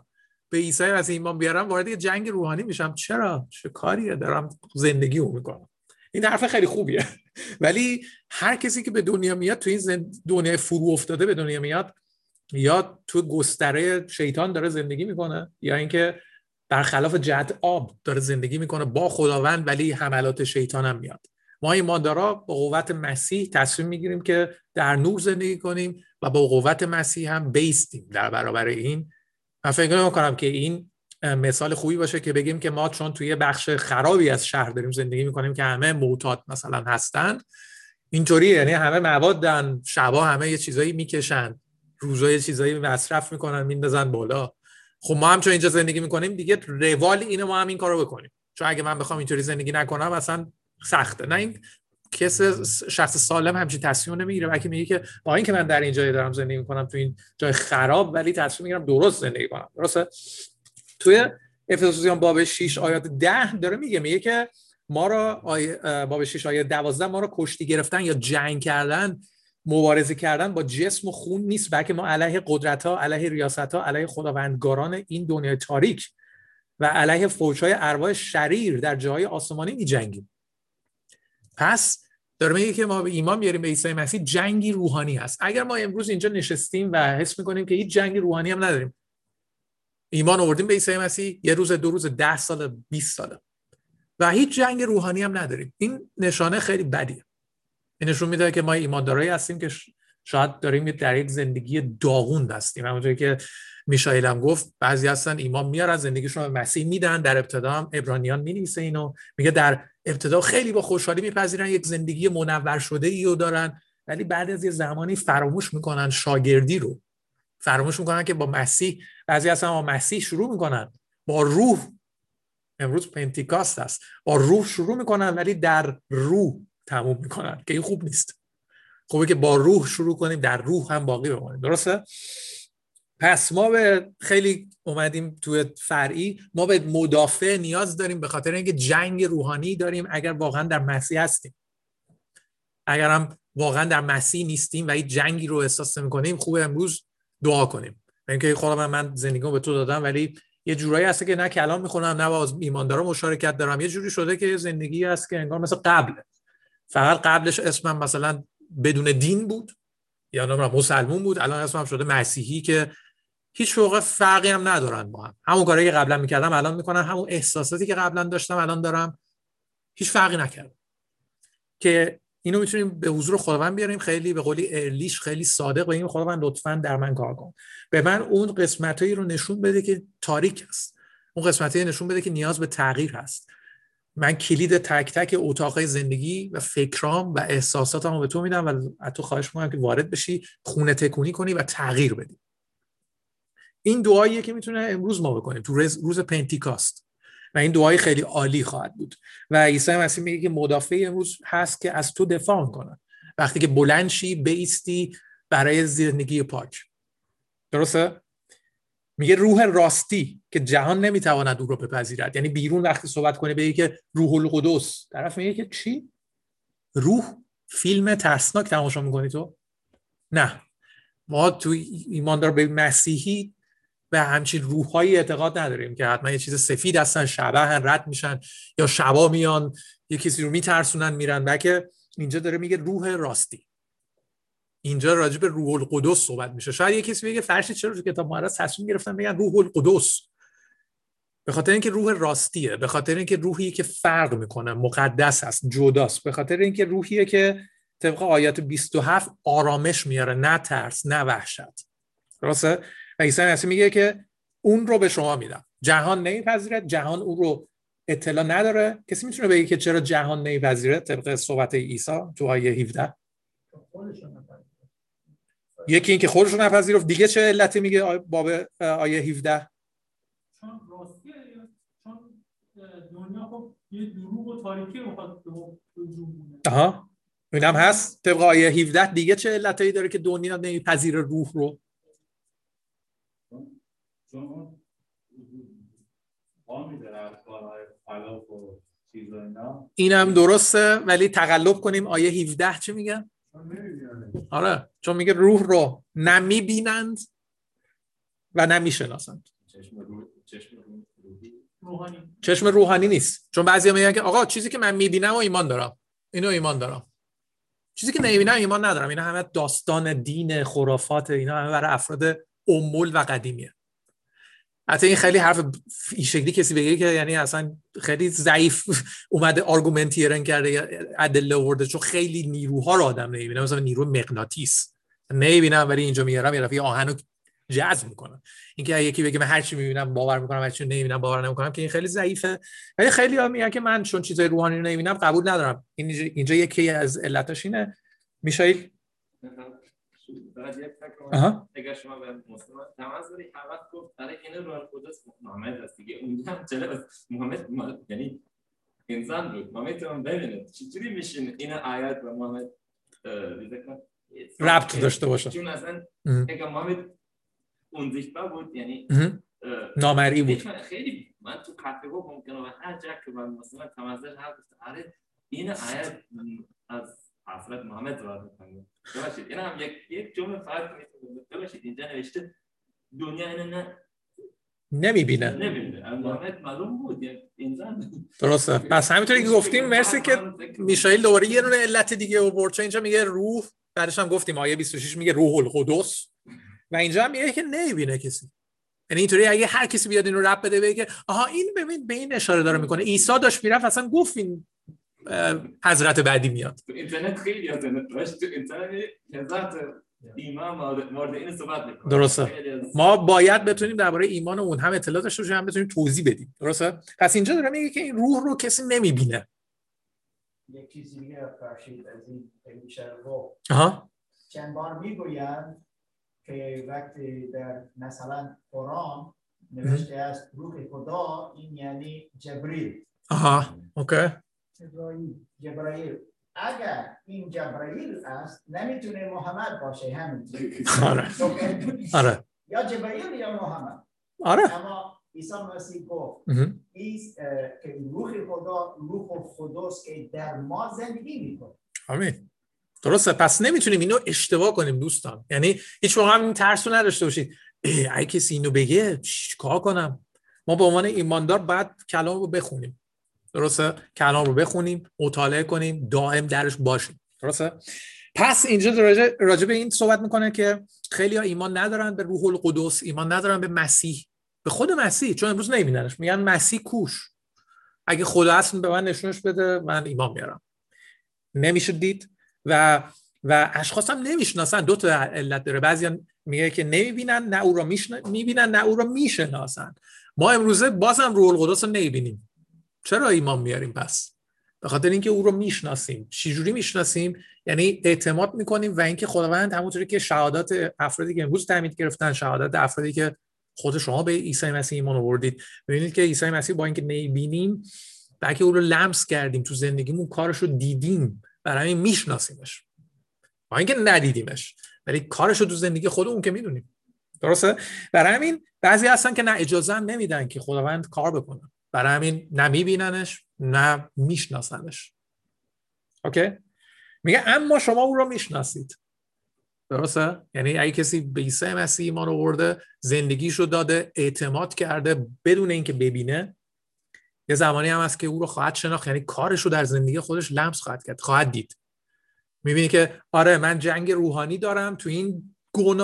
به عیسی مسیح ایمان بیارم وارد یه جنگ روحانی میشم. چرا؟ چه کاریه؟ دارم زندگیمو میکنم. این حرف خیلی خوبیه. ولی هر کسی که به دنیا میاد تو این دنیای فرو افتاده به دنیا میاد، یا تو گستره شیطان داره زندگی میکنه، یا اینکه برخلاف جهت آب داره زندگی میکنه با خداوند ولی حملات شیطان هم میاد. ما ایماندارا با قوت مسیح تصمیم میگیریم که در نور زندگی کنیم و با قوت مسیح هم بیستیم در برابر این. من فکر میکنم که این مثال خوبی باشه که بگیم که ما چون توی بخش خرابی از شهر داریم زندگی میکنیم که همه معتاد مثلا هستن، اینطوریه، یعنی همه موادن، شبا همه یه چیزایی میکشن، روزا یه چیزایی مصرف میکنن میندازن بالا. خب ما هم چون اینجا زندگی میکنیم دیگه روال اینه ما هم این کارو بکنیم، چون اگه من بخوام اینطوری زندگی نکنم اصلا سخته. نه این کس شخص سالم همچین تصمیم نمیگیره، بلکه میگه که با اینکه من در این جای دارم زندگی میکنم تو این جای خراب، ولی تصمیم میگیرم درست زندگی کنم. درسته؟ توی افسوسیان باب 6 آیات 10 داره میگه که ما را باب 6 آیه 12 ما را کشتی گرفتن یا جنگ کردن، مبارزه کردن با جسم و خون نیست، بلکه ما علیه قدرت‌ها، علیه ریاست‌ها، علیه خداوندگاران این دنیای تاریک و علیه فوج‌های ارواح شریر در جاهای آسمانی می‌جنگیم. پس داره میگه که ما به ایمان میاریم به عیسی مسیح، جنگی روحانی هست. اگر ما امروز اینجا نشستیم و حس می‌کنیم که هیچ جنگی روحانی هم نداریم، ایمان آوردیم به عیسی مسیح، یه روز، 2 روز، 10 سال، 20 ساله و هیچ جنگ روحانی هم نداریم، این نشانه خیلی بدیه. این نشون میده که ما ایماندارایی هستیم که شاید داریم در یک زندگی داغون هستیم. همونطوری که میشائیل هم گفت، بعضی هستن ایمان میارن، زندگیشون رو به مسیح میدن. در ابتدا هم عبرانیان مینویسه اینو، میگه در ابتدا خیلی با خوشحالی میپذیرن، یک زندگی منور شده ای رو دارن، ولی بعد از یه زمانی فراموش میکنن شاگردی رو، فراموش میکنن که با مسیح، بعضی هستن با مسیح شروع میکنن، با روح، امروز پنتیکاست است، با روح شروع میکنن ولی در روح تموم میکنن، که این خوب نیست. خوبه که با روح شروع کنیم، در روح هم باقی بمونیم. درسته؟ پس ما به خیلی اومدیم توی فرعی، ما به مدافع نیاز داریم به خاطر اینکه جنگ روحانی داریم اگر واقعا در مسیح هستیم. اگر هم واقعا در مسیح نیستیم و این جنگی رو احساس میکنیم، خوبه امروز دعا کنیم، اینکه خدا من زندگیمو به تو دادم ولی یه جورایی هست که نه کلام میخونم نه با ایماندارا مشارکت دارم، یه جوری شده که زندگی هست که انگار مثل قبله، فقط قبلش اسمم مثلا بدون دین بود یا نمیدونم مسلمون بود، الان اسمم شده مسیحی که هیچ موقع فرقی هم ندارن با هم. همون کاری که قبلا میکردم الان میکنم، همون احساساتی که قبلا داشتم الان دارم، هیچ فرقی نکرد. که اینو میتونیم به حضور خداوند بیاریم، خیلی به قولی ارلیش خیلی صادق بگیم خداوند لطفاً در من کار کن، به من اون قسمتایی رو نشون بده که تاریک است، اون قسمتایی نشون بده که نیاز به تغییر هست. من کلید تک تک اتاقای زندگی و فکرام و احساساتمو به تو میدم و از تو خواهش میکنم که وارد بشی، خونه تکونی کنی و تغییر بدی. این دعاییه که میتونه امروز ما بکنیم تو روز پنتیکاست و این دعای خیلی عالی خواهد بود. و عیسی مسیح میگه که مدافع امروز هست که از تو دفاع کنه وقتی که بلند شی بایستی برای زندگی پاک. درسته؟ میگه روح راستی که جهان نمیتواند او رو بپذیرد. یعنی بیرون وقتی صحبت کنه بگه که روح القدس، طرف میگه که چی؟ روح فیلم ترسناک تماشا میکنی تو؟ نه، ما تو ایماندار به مسیحی به همچین روح‌هایی اعتقاد نداریم که حتما یه چیز سفید هستن، شبح رد میشن یا شبا میان یه کسی رو میترسونن میرن، بلکه اینجا داره میگه روح راستی. اینجا راجع به روح القدس صحبت میشه. شاید یه کسی بگه فرشید چرا تو کتاب مقدس تصمیم گرفتن بگن روح القدس؟ به خاطر اینکه روح راستیه، به خاطر اینکه روحیه که فرق میکنه، مقدس است، جداست، به خاطر اینکه روحیه که طبق آیات 27 آرامش میاره، نه ترس، نه وحشت. درسته؟ و عیسی مسیح میگه که اون رو به شما میدم. جهان نمیپذیرد، جهان اون رو اطلاع نداره. کسی میتونه بگه که چرا جهان نمیپذیره طبق صحبت عیسی تو آیه 17؟ یکی این که خودش رو نپذیرفت، دیگه چه علتی میگه باب آیه 17؟ چون راستیه، چون دنیا خب یه دروغ و تاریکی میخواد به وجود بیاره. اینم هست طبق آیه 17. دیگه چه علتی داره که دنیا نمیپذیره روح رو؟ چون قامی داره از کارهای خلاف و چیز و اینا. اینم درسته، ولی تقلب کنیم آیه 17 چی میگه؟ آره، چون میگه روح رو نمیبینند و نمیشناسند. چشم روحانی نیست، چون بعضیا میگن که آقا چیزی که من میبینم و ایمان دارم، اینو ایمان دارم، چیزی که نمیبینم ایمان ندارم. اینا همه داستان دین خرافات، اینا همه برای افراد امول و قدیمیه. حتی این خیلی حرف این شکلی کسی بگه که یعنی اصلا خیلی ضعیف اومده آرگومنتیرن کرده یا ادله آورده، چون خیلی نیروها رو آدم نمیبینه، مثلا نیرو مغناطیس نمیبینم ولی اینجا میارم یه دفعه آهنو جذب میکنم. اینکه یکی بگه من هر چی میبینم باور میکنم، هر چی نمیبینم باور نمیکنم، که این خیلی ضعیفه. ولی خیلی ها میگن که من چون چیزای روحانی رو نمیبینم قبول ندارم. اینجا یکی از علتاش اینه. میشایل اگر شما به مسلمان تماس داری هر وقت گفت برای این روح القدس محمد است دیگه، اونجا هم جلب محمد یعنی انسان بود، محمد هم ببینید چجوری میشین این آیات و محمد ربط داشته باشه، چون اصلا اگر محمد اون زیشتبه بود یعنی نامرئی بود. خیلی من تو کافه ها ممکنه و هر جا که من مثلا تماس داشت هر گفت آره این آیات از حضرت محمد وارد می‌کنه. ببخشید این هم یک جمله فرق می‌کنه. ببخشید اینجا نوشته دنیا اینو نمی‌بینه. محمد معلوم بود انسان. درسته. پس همینطوری که گفتیم مرسی که میشایل دوباره یه دونه علت دیگه آورد. چون اینجا میگه روح، بعدش هم گفتیم آیه 26 میگه روح القدس و اینجا هم میگه که نمی‌بینه کسی. یعنی اینطوری اگه هر کسی بیاد اینو رب بده بگه آها این ببین به این اشاره داره میکنه، عیسی داشت میرفت اصلا گفت این حضرت بعدی میاد. تو اینترنت خیلی داشت، تو اینترنت حضرت ایمان مورد این صحبت میکنه. درسته. ما باید بتونیم درباره ایمان اون هم اطلاع داشته باشیم، هم بتونیم توضیح بدیم. درسته. پس اینجا داره میگه که این روح رو کسی نمیبینه. یک چیزی میگه فرشید از این شرح چند بار میگویند که وقتی در مثلا قرآن نوشته است روح خدا، این یعنی جبریل. اوکی. جبرائیل. اگر این جبرائیل است نمیتونه محمد باشه همینطور. آره. یا جبرائیل یا محمد. آره. اما عیسی مسیح گفت که روح خدا روح خداست که در ما زندگی میکنه. آمین. درسته. پس نمیتونیم اینو اشتباه کنیم دوستان. یعنی هیچ موقع هم این ترسو نداشته باشید اگه کسی اینو بگه چیکار کنم. ما به عنوان ایماندار باید کلام رو بخونیم. درسته؟ کلام رو بخونیم، مطالعه کنیم، دائم درش باشیم. درسته؟ پس اینجا راجع به این صحبت میکنه که خیلی ها ایمان ندارن به روح القدس، ایمان ندارن به مسیح، به خود مسیح، چون امروز نمیبیننش. میگن مسیح کوش، اگه خدا هست به من نشونش بده من ایمان میارم. نمیشه دید و اشخاص هم نمیشناسن. دو تا علت داره. بعضیا میگه که نمیبینن، نه او رو میبینن، نه او رو میشناسن. ما امروزه بازم روح القدس رو نمیبینیم. چرا ایمان میاریم پس؟ به خاطر اینکه او رو میشناسیم. چجوری میشناسیم؟ یعنی اعتماد میکنیم و اینکه خداوند همونطوری که شهادت افرادی که امروز تعمید گرفتن، شهادت افرادی که خود شما به عیسی مسیح ایمان آوردید، ببینید که عیسی مسیح با اینکه نمیبینیم بلکه او رو لمس کردیم، تو زندگیمون کارش رو دیدیم، برای همین میشناسیمش. با اینکه ندیدیمش ولی کارش رو تو زندگی خودمون که میدونیم. درسته؟ برای همین بعضی هستن که نه اجازه هم نمیدن که خداوند کار بکنه. برای همین نه میبیننش نه میشناسنش. اوکی؟ میگه اما شما او رو میشناسید. درسته؟ یعنی اگه کسی به عیسی مسیح ایمان آورده، زندگیشو داده، اعتماد کرده بدون اینکه ببینه، یه زمانی هم هست که او رو خواهد شناخت، یعنی کارش رو در زندگی خودش لمس خواهد کرد، خواهد دید. میبینی که آره من جنگ روحانی دارم تو این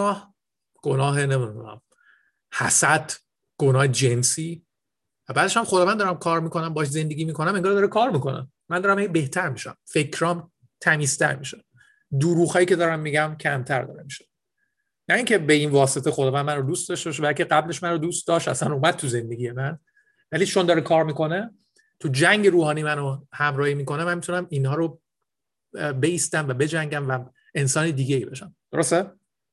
گناه نمیدونم حسد، گناه جنسی، و بعدش هم خداوند دارم کار میکنم، باش زندگی میکنم، انگار داره کار میکنم، من دارم بهتر میشم، فکرام تمیزتر میشه، دروغایی که دارم میگم کمتر داره میشه. نه اینکه به این واسطه خداوند من رو دوست داشته باشه، بلکه قبلش من رو دوست داشت، اصلا اومد تو زندگی من، ولی چون داره کار میکنه تو جنگ روحانی منو همراهی میکنه، من میتونم اینها رو بیستم و بجنگم و انسان دیگه‌ای بشم. درسته؟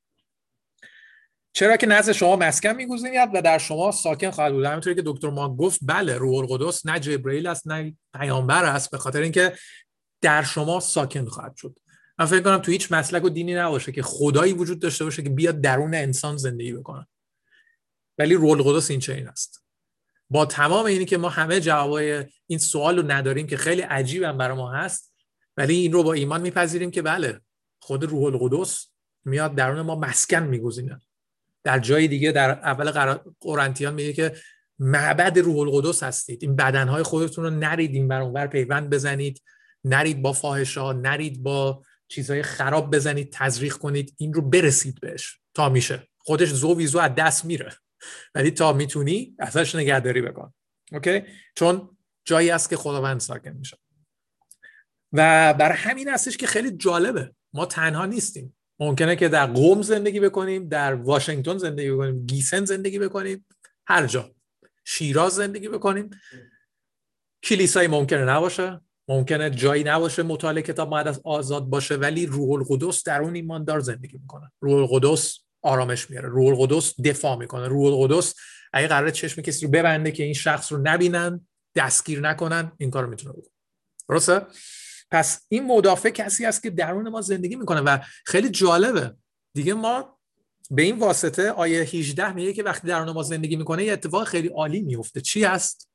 چرا که نزد شما مسکن می‌گزینید و در شما ساکن خواهد بود. همونطوری که دکتر ما گفت، بله روح القدس نه جبرئیل است نه پیامبر است، به خاطر اینکه در شما ساکن خواهد شد. من فکر کنم تو هیچ مسلک و دینی نباشه که خدایی وجود داشته باشه که بیاد درون انسان زندگی بکنه، ولی روح القدس این چنین است. با تمام اینی که ما همه جوابای این سوال رو نداریم که خیلی عجیبم برای ما هست، ولی این رو با ایمان میپذیریم که بله خود روح القدس میاد درون ما مسکن میگزینه. در جای دیگه در اول قرنتیان میگه که معبد روح القدس هستید. این بدنهای خودتون رو نرید این ور اون ور پیوند بزنید، نرید با فاحشا، نرید با چیزهای خراب بزنید، تزریق کنید. این رو برسید بهش تا میشه. خودش زو از دست میره، ولی تا میتونی ازش نگهداری بکن. اوکی؟ چون جایی است که خداوند ساکن میشه. و برای همین هستش که خیلی جالبه ما تنها نیستیم. ممکنه که در قم زندگی بکنیم، در واشنگتن زندگی بکنیم، گیسن زندگی بکنیم، هر جا، شیراز زندگی بکنیم. کلیسایی ممکنه نباشه، ممکنه جایی نباشه مطالعه کتاب مقدس آزاد باشه، ولی روح القدس در اون ایماندار زندگی میکنه. روح القدس آرامش میاره، روح القدس دفاع میکنه، روح القدس اگه قراره چشم کسی رو ببنده که این شخص رو نبینن، دستگیر نکنن، این کارو میتونه بکنه. درسته؟ پس این مدافع کسی است که درون ما زندگی میکنه و خیلی جالبه دیگه. ما به این واسطه آیه 18 میگه که وقتی درون ما زندگی میکنه یه اتفاق خیلی عالی میفته. چی هست؟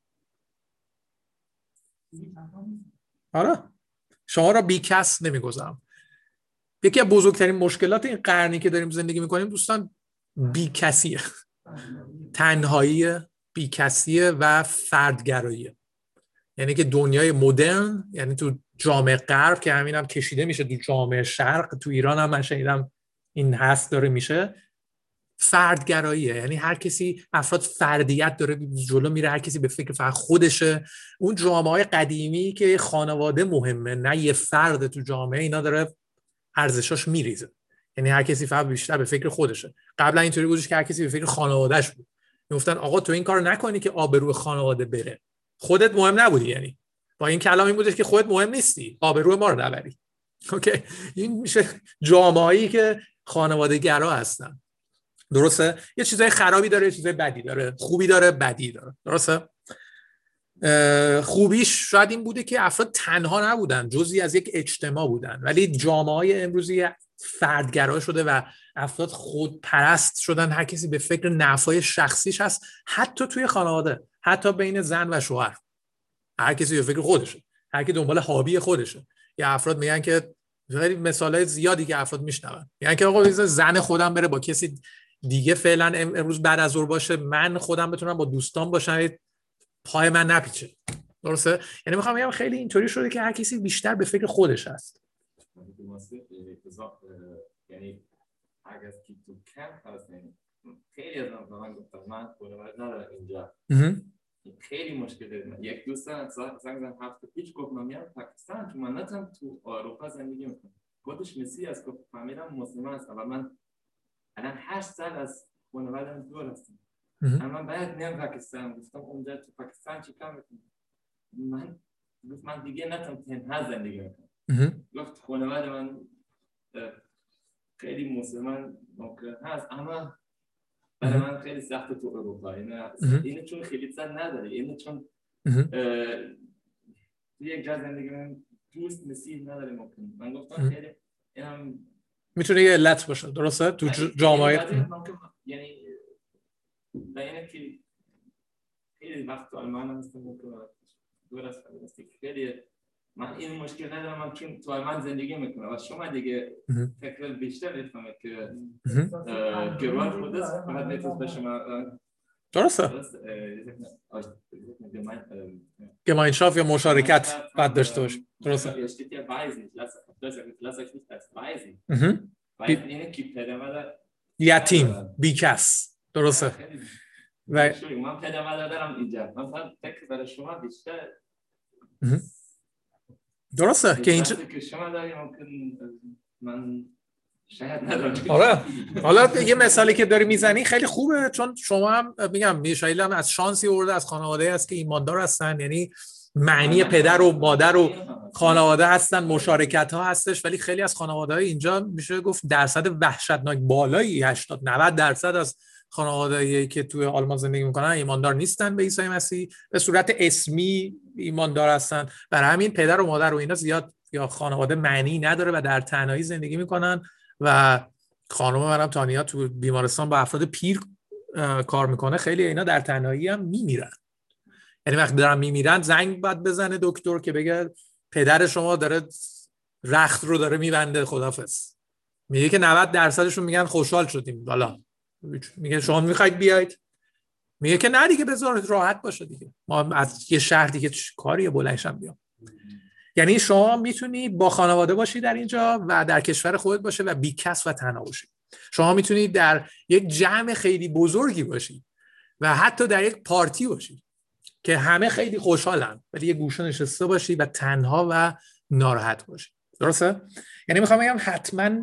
آره، شما را بی کس نمیگذارم. یکی از بزرگترین مشکلات این قرنی که داریم زندگی میکنیم دوستان بی کسیه، تنهایی، بی کسیه و فردگراییه. یعنی که دنیای مدرن، یعنی تو جامعه غرب که همین هم کشیده میشه تو جامعه شرق، تو ایران هم من شنیدم این هست داره میشه، فردگراییه. یعنی هر کسی، افراد فردیت داره جلو میره، هر کسی به فکر فقط خودشه. اون جامعه قدیمی که خانواده مهمه نه یه فرد تو جامعه، اینا داره ارزشاش میریزه. یعنی هر کسی فقط بیشتر به فکر خودشه. قبلا اینطوری بودش که هر کسی به فکر خانواده‌اش بود. میگفتن آقا تو این کارو نکنی که آبرو خانواده بره. خودت مهم نبودی. یعنی با این کلام این بودش که خودت مهم نیستی، آبرو ما رو نبری. اوکی، این میشه جامعه‌ای که خانواده گرا هستن. درسته؟ یه چیزای خرابی داره، یه چیزای بدی داره، خوبی داره، بدی داره. درسته؟ خوبیش شاید این بوده که افراد تنها نبودن، جزئی از یک اجتماع بودن، ولی جامعه‌های امروزی فردگرا شده و افراد خودپرست شدن. هر کسی به فکر نفعای شخصیش هست، حتی توی خانواده، حتی بین زن و شوهر. هر کسی به فکر خودشه، هر کی دنبال هابی خودشه. یا افراد میگن که خیلی مثالای زیادی که افراد میشنون، میگن که آقا زن خودم بره با کسی دیگه فعلا امروز بعد از ظهر باشه، من خودم بتونم با دوستان باشم، پای من نپیچه. درسته؟ یعنی میخوام بگم خیلی اینطوری شده که هر کسی بیشتر به فکر خودش هست. یعنی اگر که تو کمپ هستین خیلی از من گفتم من خانواده ندارم اینجا، خیلی مشکل دارم. یک دوستم زنگ هفته پیش گفت من میام پاکستان، چون من نتونم تو اروپا زندگی میکنم. خودش مسی است، گفت فامیلم مسلمان است، اما من الان 8 سال از خانواده‌ام دور هستم. اما باید میام پاکستان. گفتم اونجا تو پاکستان چی کار میکنم؟ من دیگه نتونم تنها زندگی میکنم. گفت خانواده من خیلی مسلمان ممکن هست، اما برای من خیلی سخت تو اروپا. اینه چون خیلی سر نداره، اینه چون یک جا زندگی من دوست مسیح نداره ممکن. من گفتم خیلی اینم میتونه یه علت باشه. درسته؟ تو جامعه یعنی اینه که خیلی وقت آلمان هستم و دور از خیلی من این مشکل ندارم، من چون تو آلمان زندگی میکنم و شما دیگه فکر بیشتر میفهمید که گروه خودت فقط میتونست به شما. درسته؟ گماینشاف یا مشارکت باید داشته باشه. درسته؟ یتیم، بیکس. درسته؟ من پدر مادر دارم اینجا، من فکر برای شما بیشتر. درسته که اینجا که شما دارید ممکن من شاید ندارم. آره، حالا یه مثالی که داری میزنی خیلی خوبه، چون شما هم میگم میشایل هم از شانسی آورده، از خانواده است که ایماندار هستن. یعنی معنی پدر و مادر و خانواده هستن، مشارکت ها هستش، ولی خیلی از خانواده های اینجا میشه گفت درصد وحشتناک بالایی 80-90% از خانواده‌ای که توی آلمان زندگی میکنن ایماندار نیستن به عیسی مسیح، به صورت اسمی ایماندار هستن. برای همین پدر و مادر و اینا زیاد یا خانواده معنی نداره و در تنهایی زندگی میکنن. و خانم منم تانیا تو بیمارستان با افراد پیر کار میکنه، خیلی اینا در تنهایی هم میمیرن. یعنی وقتی دارن میمیرن زنگ باید بزنه دکتر که بگه پدر شما داره رخت رو داره میبنده، خداحافظ. میگه که 90%شون میگن خوشحال شدیم. حالا میگه شما میخواید بیاید؟ میگه که نه دیگه بذار راحت باشه دیگه، ما از یه شهر دیگه کاری بلندشم بیام. یعنی شما میتونی با خانواده باشی در اینجا و در کشور خودت باشه و بیکس و تنها باشی. شما میتونی در یک جمع خیلی بزرگی باشی و حتی در یک پارتی باشی که همه خیلی خوشحالن، ولی یه گوشه نشسته باشی و تنها و ناراحت باشی. درسته؟ یعنی میخوام بگم حتما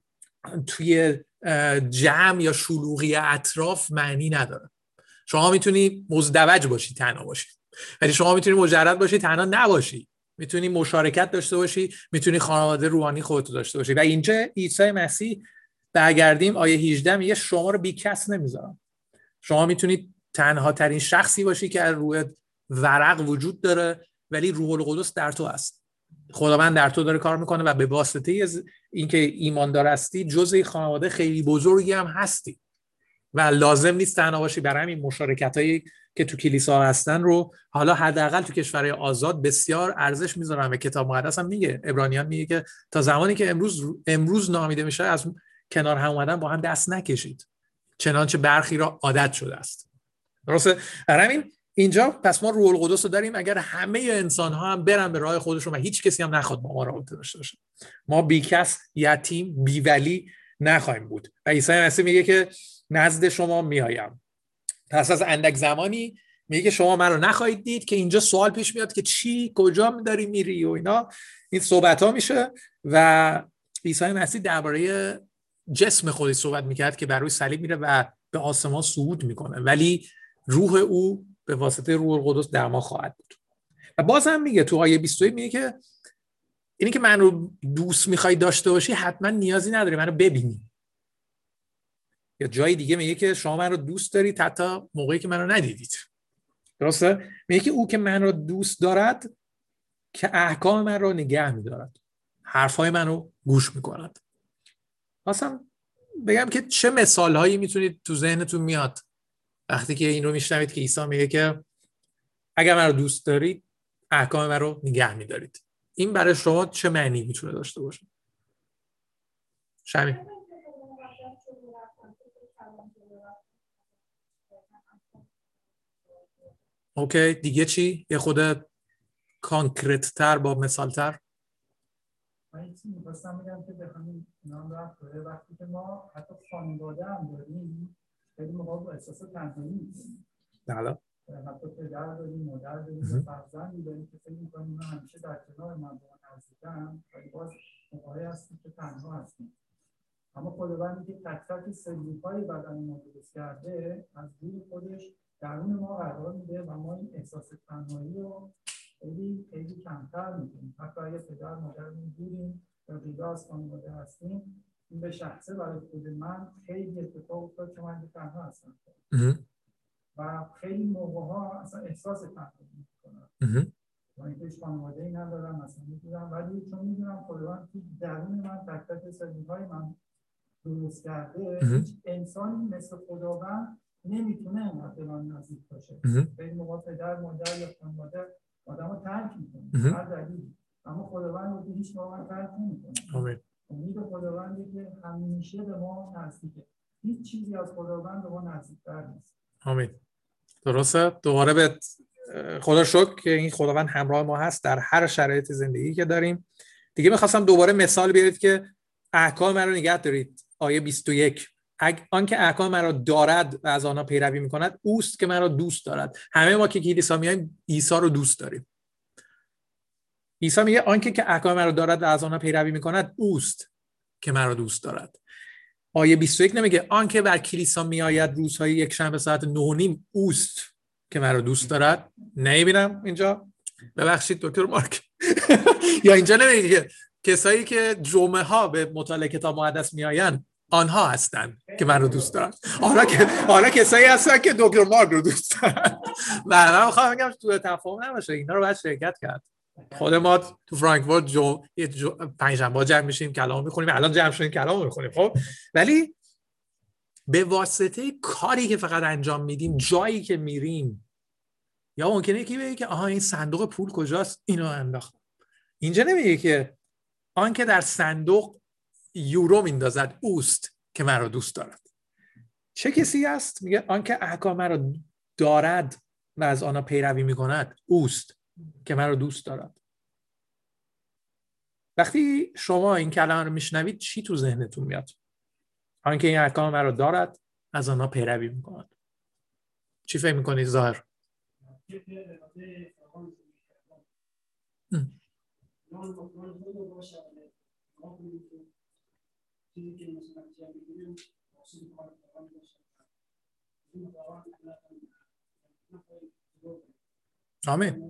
توی جمع یا شلوغی اطراف معنی نداره. شما میتونی مزدوج باشی تنها باشی، ولی شما میتونی مجرد باشی تنها نباشی، میتونی مشارکت داشته باشی، میتونی خانواده روحانی خودت داشته باشی. و اینجا عیسی مسیح برگردیم آیه 18 میگه شما رو بیکس نمیذارم. شما میتونی تنها ترین شخصی باشی که روی ورق وجود داره، ولی روح القدس در تو هست. خداوند در تو داره کار میکنه و به واسطه اینکه ایماندار هستی جزء خانواده خیلی بزرگی هم هستی و لازم نیست تنها باشی. برای همین مشارکتایی که تو کلیسا هستن رو حالا حداقل تو کشورهای آزاد بسیار ارزش میذارن و کتاب مقدس هم میگه، عبرانیان میگه که تا زمانی که امروز نامیده میشه از کنار هم اومدن با هم دست نکشید، چنانچه برخی را عادت شده است. درسته؟ برای همین اینجا پس ما روح القدس رو داریم اگر همه انسان ها هم برن به راه خودشون و هیچ کسی هم نخواد با ما رابطه داشته باشه. ما بیکس، یتیم، بیولی نخواهیم بود. و عیسی مسیح میگه که نزد شما میایم. پس از اندک زمانی میگه که شما من رو نخواهید دید، که اینجا سوال پیش میاد که چی، کجا داری میری و اینا، این صحبت ها میشه. و عیسی مسیح درباره جسم خودش صحبت میکرد که بر روی صلیب میره و به آسمان صعود میکنه، ولی روح او به واسطه روح القدس در ما خواهد بود. و باز هم میگه تو آیه 21 میگه که اینی که من رو دوست میخوای داشته باشی حتما نیازی نداری منو ببینی. یا جای دیگه میگه که شما من رو دوست دارید حتی موقعی که من رو ندیدید. درسته؟ میگه که او که من رو دوست دارد که احکام من رو نگه میدارد، حرفای من رو گوش میکند. اصلا بگم که چه مثالهایی میتونید تو ذهنتون میاد وقتی که این رو میشنوید که عیسی میگه که اگر من رو دوست دارید احکام من رو نگه میدارید. این برای شما چه معنی میتونه داشته باشه؟ شمی؟ اوکی، دیگه چی؟ یه خود کانکرت تر با مثال تر. من این چیزی می‌خواستم بگم که به همین نام رفت داره وقتی که ما حتی خانواده هم داریم خیلی موقع با احساس تنهایی می‌کنیم. بله. حتی پدر داریم، مادر داریم، فرزندی داریم که فکر می‌کنیم من همیشه در کنار من با من نزدیکم، ولی باز موقعی هستیم که تنها هستیم. اما خداوندی که تک تک سلول‌های بدن ما درست کرده از روی خودش درون ما قرار میده و ما این احساس تنهایی رو خیلی خیلی کمتر می‌کنیم. حتی اگه پدر مادرمون بودیم یا جدا از خانواده هستیم، این به شخصه برای خود من خیلی اتفاق افتاد که من تنها هستم و خیلی موقع‌ها اصلا احساس تنهایی می‌کنم. من هیچ خانواده‌ای ندارم مثلا می‌دونم، ولی چون می‌دونم خداوند تو درون من تک تک سلول‌های من درست کرده، هیچ انسانی مثل خداوند نمیتونه اینقدر به من نزدیک باشه. به موقع پدر مادر یا خانواده آدمو ترک میکنه هر دلیلی، اما خداوند رو هیچ موقع ترک نمیکنه. آمین. امید خداوندی که همیشه به ما نزدیکه. هیچ چیزی از خداوند به ما نزدیک‌تر نیست. آمین. درسته؟ دوباره به خدا شکر که این خداوند همراه ما هست در هر شرایط زندگی که داریم. دیگه می‌خواستم دوباره مثال بیارید که احکام من رو نگه دارید. آیه 21 آن که احکام من را دارد و از آنها پیروی می‌کند اوست که من را دوست دارد. همه ما که کلیسا میایم عیسی رو دوست داریم. عیسی میگه آنکه که احکام من را دارد و از آنها پیروی می‌کند اوست که من را دوست دارد. آیه 21 نمیگه آنکه بر کلیسا میآید روزهای یک شنبه ساعت 9:30 اوست که من را دوست دارد. نمیبینم اینجا، ببخشید دکتر مارک. یا اینجا نمیگه کسایی که جمعه ها به مطالعه کتاب مقدس میآیند آنها هستن که من رو دوست دارن. حالا کسایی هستن که دکتر مارک رو دوست دارن. من میخوام بگم تو تفاهم نباشه، اینا رو باید شرکت کرد. خود ما تو فرانکفورت پنجشنبه جمع میشیم کلام میخونیم، الان جمع شدیم کلام میخونیم، خب ولی به واسطه کاری که فقط انجام میدیم، جایی که میریم، یا ممکنه یکی بگه که آها این صندوق پول کجاست، اینو انداختم. اینجا نمیگه که آن که در صندوق یورو میندازد اوست که من رو دوست دارد. چه کسی است؟ میگه آن که احکام من رو دارد و از آنها پیروی میکند اوست که من رو دوست دارد. وقتی شما این کلمه رو میشنوید چی تو ذهنتون میاد؟ آنکه این احکام من رو دارد، از آنها پیروی میکند. چی فکر میکنید ظاهر؟ آمین.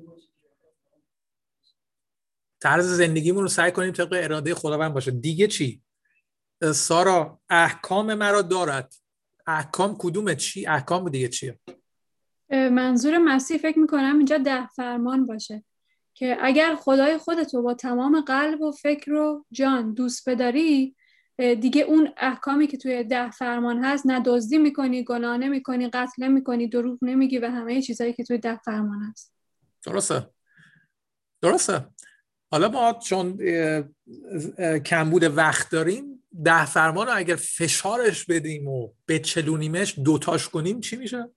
طرز زندگیمون رو سعی کنیم طبق اراده خداوند باشه. دیگه چی؟ سارا احکام مرا دارد. احکام کدومه؟ چی احکام دیگه چیه؟ منظور مسیح فکر میکنم اینجا 10 فرمان باشه که اگر خدای خودتو با تمام قلب و فکر و جان دوست بداری، دیگه اون احکامی که توی 10 فرمان هست، نه دزدی میکنی، گناه نمیکنی، قتل نمیکنی، دروغ نمیگی و همه چیزایی که توی 10 فرمان هست. درسته. حالا ما چون کمبود وقت داریم 10 فرمان رو اگر فشارش بدیم و بچلونیمش دوتاش کنیم چی میشه؟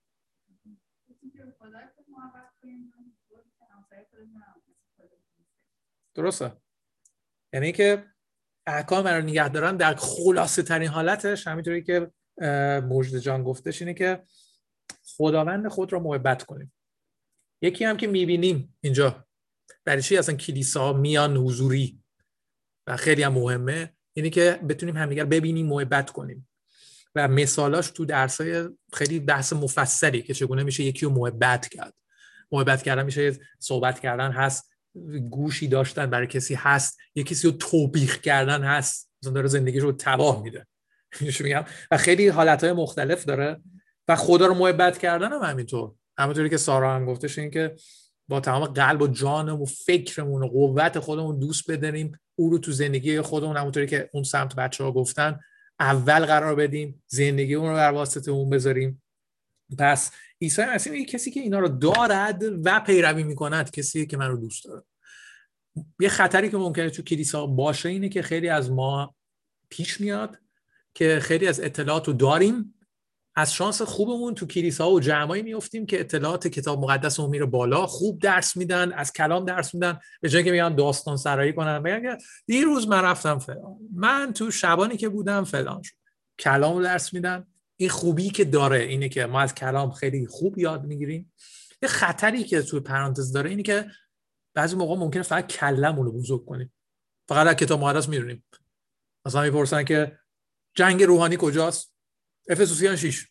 درسته. یعنی که احکام رو نگه دارن در خلاصه ترین حالتش همینطوری که مجد جان گفتش اینه که خداوند خود را محبت کنیم. یکی هم که میبینیم اینجا برای چی اصلا کلیسا میان حضوری و خیلی هم مهمه اینه که بتونیم همدیگر ببینیم، محبت کنیم و مثالاش تو درسای خیلی بحث مفصلی که چگونه میشه یکی رو محبت کرد. محبت کردن میشه صحبت کردن هست، گوشی داشتن برای کسی هست، یه کسی رو توبیخ کردن هست، مثلا داره زندگیش رو تباه میده میگم و خیلی حالتهای مختلف داره. و خدا رو محبت کردن هم همینطوری که سارا هم گفتش، این که با تمام قلب و جانمون و فکرمون و قوت خودمون دوست بداریم، او رو تو زندگی خودمون همونطوری که اون سمت بچه‌ها گفتن اول قرار بدیم، زندگیمون رو بر واسطه اون بذاریم. پس عیسی مسیح میگه کسی که اینا رو دارد و پیروی میکند کسی که من رو دوست داره. یه خطری که ممکنه تو کلیسا باشه اینه که خیلی از ما پیش میاد که خیلی از اطلاعات رو داریم، از شانس خوبمون تو کلیسا و جمعایی میافتیم که اطلاعات کتاب مقدسمون میره بالا، خوب درس میدن، از کلام درس میدن، به جای که میگن داستان سرایی کنن میگن دیروز من رفتم فلان، من تو شبانی که بودم فلان شد. کلام رو درس میدن. این خوبی که داره اینه که ما از کلام خیلی خوب یاد میگیریم. یه خطری که تو پرانتز داره اینه که بعضی موقع ممکنه فقط کلمون رو بزرگ کنیم، فقط از کتاب مقدس میدونیم. مثلا میپرسن که جنگ روحانی کجاست؟ افسوسیان 6.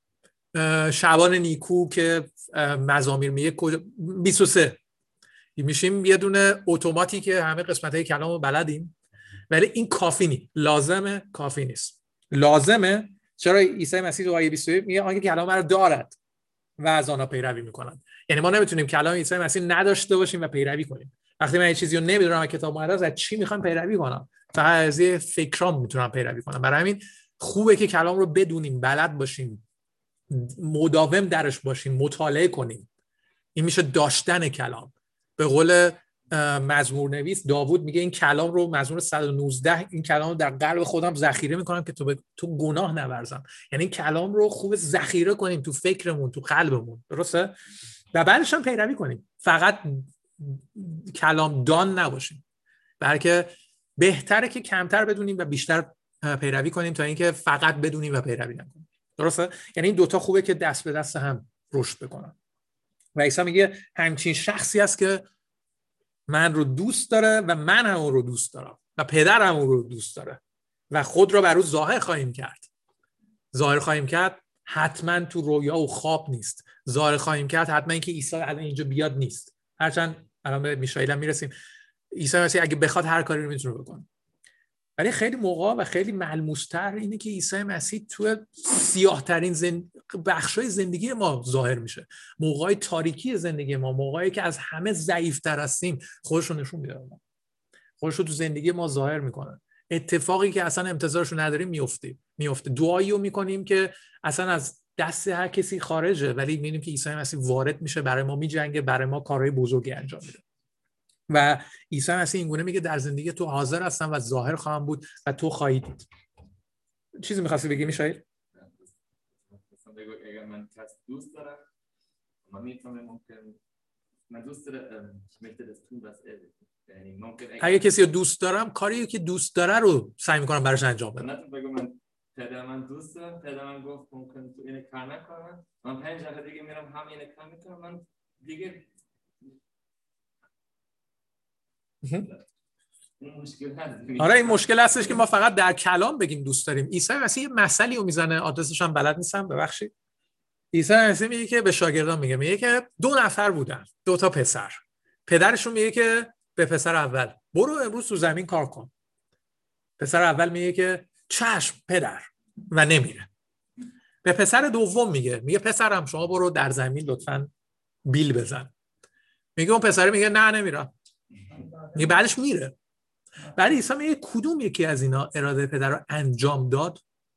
شعبان نیکو که مزامیر میگه کجا؟ 23. میشیم یه دونه اتوماتی که همه قسمت‌های کلامو بلدیم، ولی این کافی نیست. لازمه، کافی نیست. لازمه. چرا عیسی مسیح تو آیه 21 میگه آنکه کلام رو دارد و از آنها پیروی میکنند. یعنی ما نمیتونیم کلام عیسی مسیح نداشته باشیم و پیروی کنیم. وقتی من یه چیزی رو نمیدونم از کتاب مقدس از چی میخوام پیروی کنم؟ فقط از یه فکرام میتونم پیروی کنم. برای همین خوبه که کلام رو بدونیم، بلد باشیم، مداوم درش باشیم، مطالعه کنیم. این میشه داشتن کلام. به قول مزمور نویس داوود میگه این کلام رو، مزمور 119، این کلام رو در قلب خودم ذخیره میکنم که تو گناه نورزم. یعنی این کلام رو خوب ذخیره کنیم تو فکرمون، تو قلبمون. درسته؟ و بعدش هم پیروی کنیم. فقط کلام دان نباشیم، بلکه بهتره که کمتر بدونیم و بیشتر پیروی کنیم تا اینکه فقط بدونیم و پیروی نکنیم. درسته؟ یعنی این دوتا خوبه که دست به دست هم رشد بکنن. و عیسی میگه همچین شخصی است که من رو دوست داره و من هم اون رو دوست دارم و پدر هم اون رو دوست داره و خود رو بر او ظاهر خواهیم کرد. ظاهر خواهیم کرد حتما تو رویا و خواب نیست. ظاهر خواهیم کرد حتما اینکه عیسی الان اینجا بیاد نیست. هرچند الان به میشائیل هم میرسیم. عیسی مسیح اگه بخواد هر کاری رو میتونه بکنه. ولی خیلی موقع و خیلی ملموس‌تر اینه که عیسی مسیح تو سیاه‌ترین بخشای زندگی ما ظاهر میشه. موقعای تاریکی زندگی ما، موقعی که از همه ضعیف‌تر هستیم، خودش رو نشون میده. خودش رو تو زندگی ما ظاهر میکنه. اتفاقی که اصلا انتظارش رو نداریم میفته. دعایی رو میکنیم که اصلا از دست هر کسی خارجه، ولی میبینیم که عیسی مسیح وارد میشه، برای ما میجنگه، برای ما کارهای بزرگی انجام میده. و عیسی مسیح اینگونه میگه در زندگی تو حاضر هستم و ظاهر خواهم بود و تو خواهی دید. چیزی می‌خواستی بگی میشائیل؟ اگر من کس دوست دارم man ممكن من دوست دارم möchte das tun was یعنی ممکن اگه کسی رو دوست دارم کاری که دوست داره رو سعی میکنم براش انجام بدم. نه بگم من پدر من دوست دارم، پدر من گفت ممکن تو اینو کار نکنم، من 5 دفعه دیگه میرم هم اینو کار میکنم، من دیگه آره این مشکل هستش که ما فقط در کلام بگیم دوست داریم. عیسی مسیح مسئله رو میزنه، آدرسش هم بلد نیستم ببخشید. عیسی مسیح میگه که به شاگردان میگه که 2 نفر بودن، 2 تا پسر. پدرشون میگه که به پسر اول برو امروز تو زمین کار کن. پسر اول میگه که چشم پدر و نمیره. به پسر دوم میگه پسرم شما برو در زمین لطفاً بیل بزن. میگه اون پسر میگه نه نمیرم. میگه بعدش میره. بعد عیسی میگه کدوم یکی از اینا اراده پدر رو انجام داد؟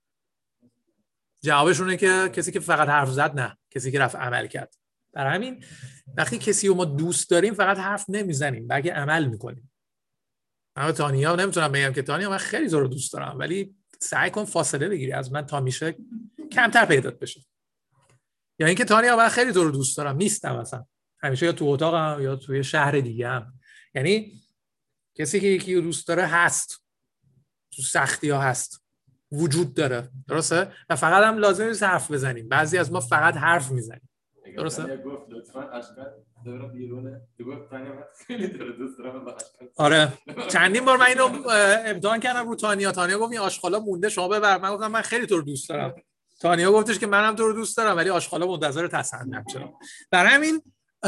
جوابشونه که کسی که فقط حرف زد نه، کسی که رفت عمل کرد. برای همین وقتی کسی رو ما دوست داریم فقط حرف نمیزنیم بلکه عمل میکنیم. من تانیا نمیتونم بگم که تانیا من خیلی تو رو دوست دارم ولی سعی کن فاصله بگیری از من تا میشه کمتر پیدات بشه. یا اینکه تانیا من خیلی تو رو دوست دارم نیستم مثلا، همیشه یا تو اتاقم یا توی شهر دیگه هم. یعنی کسی که یکی رو دوست داره هست، تو سختی ها هست، وجود داره، درسته؟ و فقط هم لازم نیست حرف بزنیم. بعضی از ما فقط حرف میزنیم، درسته؟ گفت لطفاً اشکال دورم بیرونه. گفت تانیا خیلی تو رو دوست دارم با اشکال. آره چندین بار من اینو امتحان کردم رو تانیا گفت این آشغالا مونده شما ببر. من گفتم من خیلی تو رو دوست دارم. تانیا گفتش که منم تو رو دوست دارم ولی آشغالا منتظر تصنع چرا. برای همین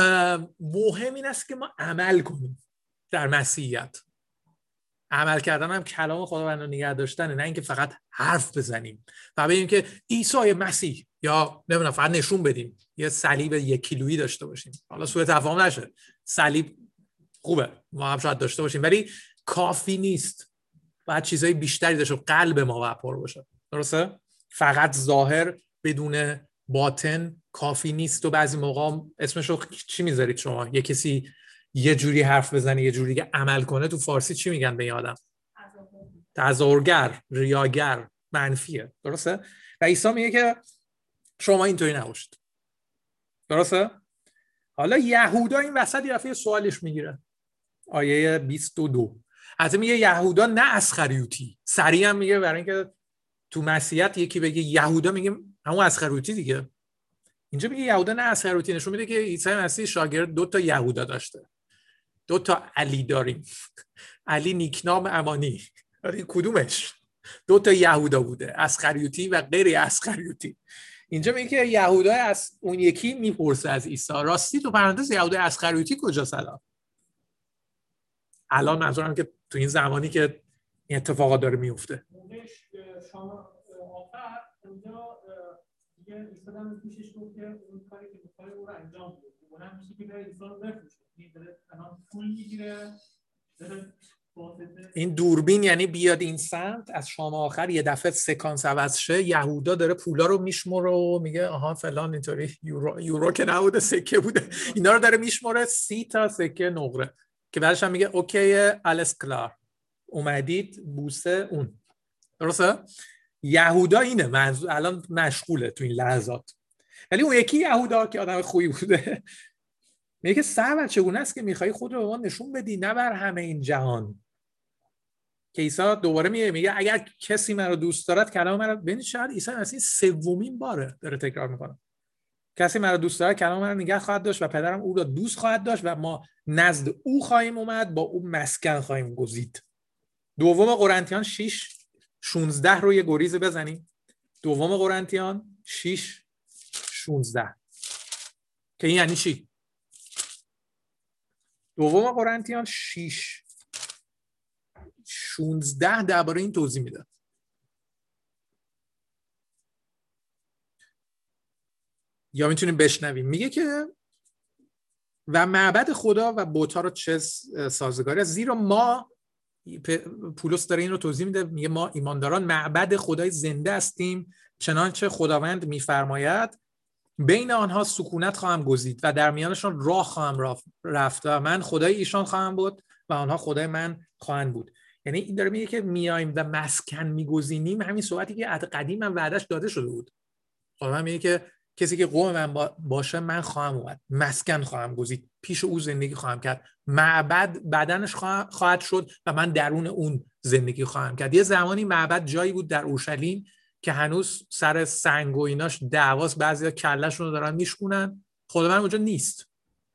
مهم این است که ما عمل کنیم در مسیحیت. عمل کردن هم کلام خداوند رو نگه داشتنه، نه اینکه فقط حرف بزنیم و بگیم که عیسی مسیح یا نمیدونم فقط نشون بدیم یه صلیب 1 کیلویی داشته باشیم. حالا سوء تفاهم نشه، صلیب خوبه ما هم شاید داشته باشیم ولی کافی نیست. باید چیزای بیشتری داشته، قلب ما باید پر باشه، درسته؟ فقط ظاهر بدون باطن کافی نیست. و بعضی موقع اسمشو چی میذارید شما؟ یه کسی یه جوری حرف بزنه یه جوری که عمل کنه تو فارسی چی میگن به این آدم؟ تظاهرگر، ریاگر، منفیه، درسته؟ و عیسی میگه که شما اینطوری نباشید، درسته؟ حالا یهودا این وسط یه دفعه سوالش میگیره، آیه 22 حتی میگه یهودا نه اسخریوطی. سریع هم میگه برای اینکه تو مسیحیت یکی بگه یهودا میگیم همون اسخریوطی دیگه. اینجا میگه یهودا نه اسخریوطی، نشون میده که عیسی مسیح شاگرد 2 تا یهودا داشته. 2 تا علی داریم. علی نیکنام امانی. کدومش؟ 2 تا یهودا بوده، اسخریوطی و غیر اسخریوطی. اینجا میگه که یهودا از اون یکی میپرسه از عیسی راستی تو پرانتز یهودا اسخریوطی کجاست الان منظورم که تو این زمانی که این اتفاقات داره میفته. شما آخر اونجا دیگه عیسی هم پیشش گفت که اون کاری که می‌خواد او رو انجام بده. اونم میشه که بره عیسی رو بفروشه. میره الان پول میگیره. این دوربین یعنی بیاد این سمت از شام آخر یه دفعه سکانس عوض شه، یهودا داره پولا رو میشمره و میگه آها فلان اینطوری یورو که نبوده سکه بوده، اینا رو داره میشمره 30 تا سکه نقره که بعدش هم میگه اوکی الس کلار اومدید بوسه اون، درسته؟ یهودا اینه منظور الان مشغوله تو این لحظات. ولی اون یکی یهودا که آدم خوبی بوده میگه که سرور چگونه است که میخوای خود رو به ما نشون بدی نه بر همه این جهان. که عیسی دوباره میگه اگر کسی من رو دوست دارد کلام من رو ببینید. شاید عیسی مسیح 3مین باره داره تکرار میکنه کسی من رو دوست دارد کلام من رو نگه خواهد داشت و پدرم او را دوست خواهد داشت و ما نزد او خواهیم اومد با او مسکن خواهیم گزید. 2 قرنتیان 6:16 رو یه گریز بزنیم. 2 قرنتیان 6:16 که این یعنی چی؟ 2 قرنتیان 6:16 درباره این توضیح میده. یا میتونیم بشنویم. میگه که و معبد خدا و بت‌ها رو چه سازگاری است، زیرا ما، پولس داره این رو توضیح میده، میگه ما ایمانداران معبد خدای زنده هستیم چنانچه خداوند میفرماید بین آنها سکونت خواهم گزید و در میانشان راه خواهم رفت و من خدای ایشان خواهم بود و آنها خدای من خواهند بود. یعنی این داره میگه که میایم و مسکن میگزینیم، همین صحبتی که از قدیم هم وعدش داده شده بود. خداوند میگه که کسی که قوم من باشه من خواهم اومد، مسکن خواهم گزید، پیش او زندگی خواهم کرد، معبد بدنش خواهد شد و من درون اون زندگی خواهم کرد. یه زمانی معبد جایی بود در اورشلیم که هنوز سر سنگ و ایناش دعواست، بعضیا کله‌شون رو دارن میشکونن. خداوند اونجا نیست،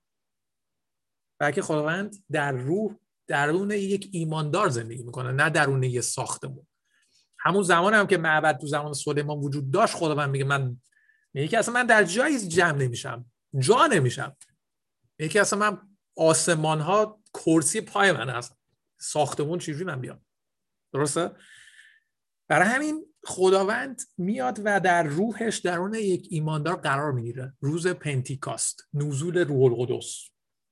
بلکه خداوند در روح درون یک ایماندار زندگی میکنه، نه درون یه ساختمون. همون زمان هم که معبد تو زمان سلیمان وجود داشت، خداوند میگه که اصلا من در جایی جمع نمیشم، جا نمیشم. میگه که اصلا من آسمان ها کرسی پای من هست، ساختمون چجوری من بیام؟ درسته؟ برای همین خداوند میاد و در روحش درون یک ایماندار قرار میگیره. روز پنتیکاست، نزول روح القدس.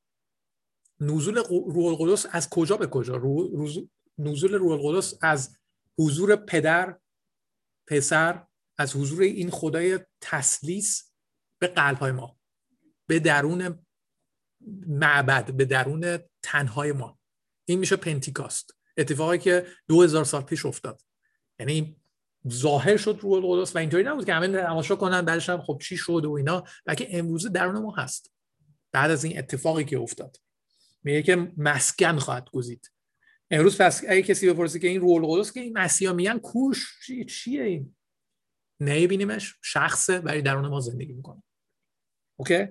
نزول روح القدس از کجا به کجا؟ نزول روح القدس از حضور پدر، پسر، از حضور این خدای تثلیث به قلب‌های ما، به درون معبد، به درون تنهای ما. این میشه پنتیکاست، اتفاقی که 2000 سال پیش افتاد. یعنی ظاهر شد روح القدس و اینطوری نبود که همه تماشا کنن بعدش هم خب چی شد و اینا، بلکه امروزه درون ما هست. بعد از این اتفاقی که افتاد میگه که مسکن خواهد گزید. امروز پس اگه کسی بپرسه که این روح القدس که این مسیحا میگن کوش چیه این؟ نمیبینیمش، شخصه ولی درون ما زندگی میکنه. اوکی؟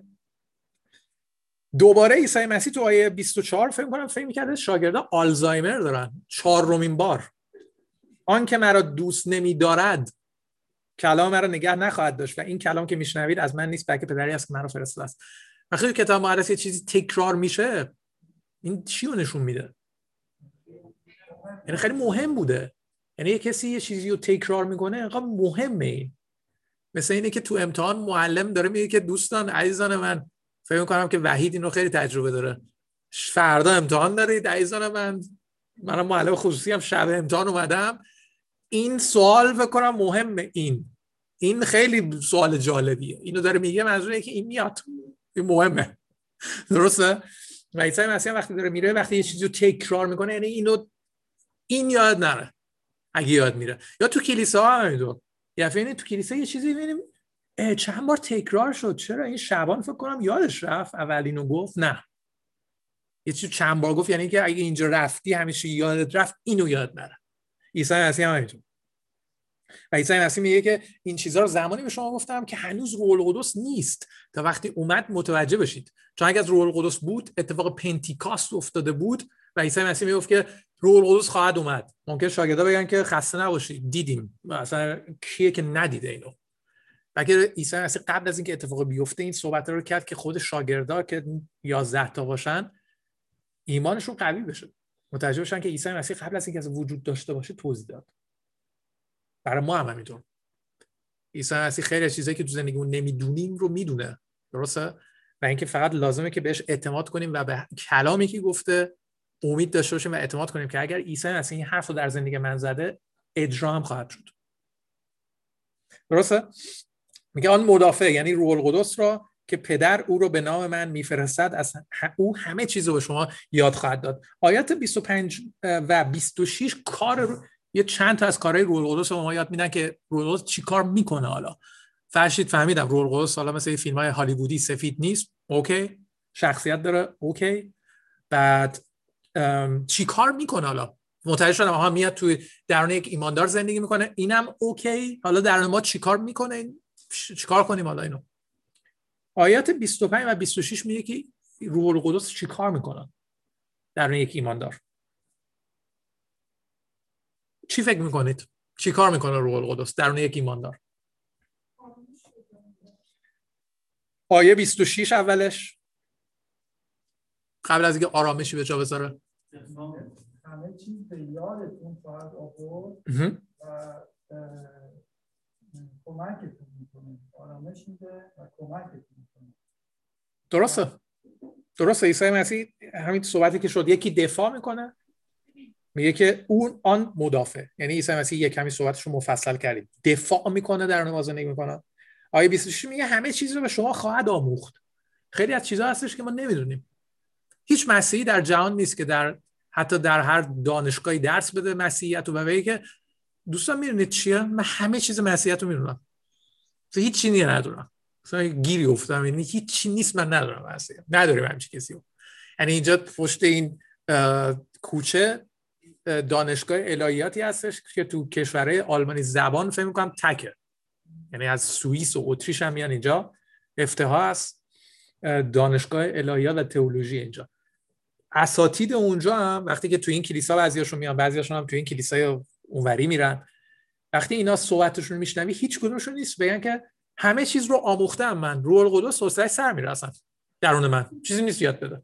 دوباره عیسی مسیح تو آیه 24 فکر می‌کرده شاگردان آلزایمر دارن. 4مین بار آن که مرا دوست نمی‌دارد کلام مرا نگه نخواهد داشت و این کلام که میشنوید از من نیست بلکه پدری است که مرا فرستاده است. وقتی کتاب مقدس یه چیزی تکرار میشه، این چی رو نشون میده؟ یعنی خیلی مهم بوده. یعنی یه کسی یه چیزی رو تکرار میکنه، اینقدر مهمه. این مثل اینه که تو امتحان معلم داره میگه که دوستان عزیزان من، فکر میکنم که وحید اینو خیلی تجربه داره، فردا امتحان دارید عزیزان منم معلم خصوصی هم، شب امتحان اومدم، این سوال فکر کنم مهمه. این خیلی سوال جالبیه. اینو داره میگه منظوره که این میاد، این مهمه. درسته؟ و عیسی مسیح وقتی داره میره، وقتی یه چیزی رو تکرار میکنه، یعنی این یاد نره اگه یاد میره. یا تو کلیسا هم همینطور، یعنی تو کلیسا یه چیزی میبینیم چند بار تکرار شد، چرا این شعبان فکر کنم یادش رفت اولینو گفت، نه یه چیزی چند بار گفت، یعنی که اگه اینجا رفتی همیشه یادت رفت، اینو یاد نره. عیسی مسیح هم همینطور. و عیسی مسیح میگه که این چیزا رو زمانی به شما گفتم که هنوز روح القدس نیست، تا وقتی اومد متوجه بشید. چون اگه از روح القدس بود، اتفاق پنتیکاست افتاده بود و عیسی مسیح میگفت که روح القدس خواهد اومد. ممکن شاگردا بگن که خسته نباشید، دیدیم. اصلا کیه که ندیده اینو؟ بلکه عیسی مسیح قبل از اینکه اتفاق بیفته این صحبت رو کرد که خود شاگردا که 11 تا باشن ایمانشون قوی بشه، متوجه بشن که عیسی مسیح قبل از اینکه از وجود داشته باشه توضیح داد. برای ما هم همینطور. عیسی مسیح خیلی از چیزایی که تو زندگیمون نمیدونیم رو میدونه، درسته؟ و اینکه فقط لازمه که بهش اعتماد کنیم و به کلامی که گفته امید داشته باشیم و اعتماد کنیم که اگر عیسی مسیح این حرف رو در زندگی من زده، اجرا هم خواهد شد. درسته؟ میگه آن مدافع، یعنی روح القدس را که پدر او رو به نام من میفرستد، از او همه چیز رو به شما یاد خواهد داد. آیات 25 و 26 یه چند تا از کارهای روح القدس رو ما یاد میدن که روح القدس چی کار میکنه. حالا فرشید فهمیدم روح القدس حالا مثل فیلم‌های هالیوودی سفید نیست، اوکی، شخصیت داره، اوکی، بعد چی کار میکنه؟ حالا متوجه شدم آها میاد توی درون یک ایماندار زندگی میکنه، اینم اوکی. حالا درون ما چی کار میکنه؟ چی کار کنیم حالا اینو؟ آیات 25 و 26 میگه که روح القدس چی کار میکنه درون یک ایماندار. چی فکر میکنید؟ چی کار میکنه روح القدس درون یک ایماندار؟ آیه 26 اولش، قبل از اینکه آرامشی به جا بذاره، همه چیز به یادتون خواهد آورد و کمکتون میکنه، آرامش میده و کمکتون میکنه. درسته. عیسی مسیح همین صحبتی که شد، یکی دفاع میکنه، میگه که آن مدافع، یعنی عیسی مسیح یک کمی صحبتش رو مفصل کردیم، دفاع میکنه، در اون زندگی میکنه. آیه 26 میگه همه چیز رو به شما خواهد آموخت. خیلی از چیزها هستش که ما نمیدونیم. هیچ مسیحی در جهان نیست که حتی در هر دانشگاهی درس بده مسیحیت و بگه که دوستان میدونید چیه؟ من همه چیز مسیحیت رو میدونم، هیچ چیزی ندونم. مثلا گیری افتادم، یعنی هیچی نیست، من ندارم اصلا، نداریم همچین کسی رو. یعنی اینجا پشت این کوچه دانشگاه الهیاتی هستش که تو کشورهای آلمانی زبان فکر می‌کنم تکه، یعنی از سوئیس و اتریش هم میان اینجا، افتخار هست دانشگاه الهیات و تئولوژی اینجا. اساتید اونجا هم وقتی که تو این کلیسا بعضیاشون میان، بعضیاشون هم تو این کلیسای اونوری میرن، وقتی اینا صحبتشون رو میشنوی هیچ کدومشون نیست بگن که همه چیز رو آموختم، من روح القدس حوصله سر میره، اصلا درون من چیزی نیست یاد بده.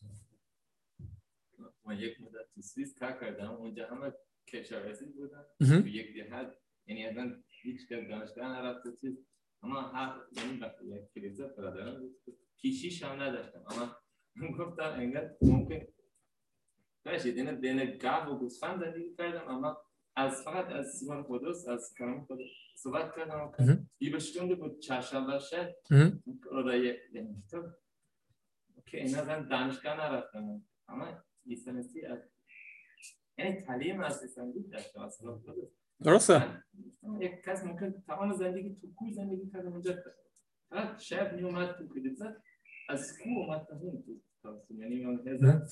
من یک مدت تو سوئیس کار کردم، اونجا همه کشاورزی بودن تو یک دهه، یعنی اصلا هیچ کس دانشگاه نرفته چیز، اما هر یعنی وقتی یک کلیسا برادران کیشیش هم نداشتم، اما گفتم انگار ممکن باشید اینه بین گاو و گوسفند زندگی کردم، اما فقط از سیمان قدس، از کلام خدا صحبت کردم که بشکنده بود چهارشنبه شهر رای تو که اینا زن دانشگاه نرفتم، اما عیسی مسیح یعنی تعلیم از عیسی مسیح داشته اصلا خدا. درسته. یک کس ممکن تمام زندگی تو کوی زندگی کرده اونجا، فقط شب میومد تو کلیسا، از کوه اومد تا اون تو، یعنی من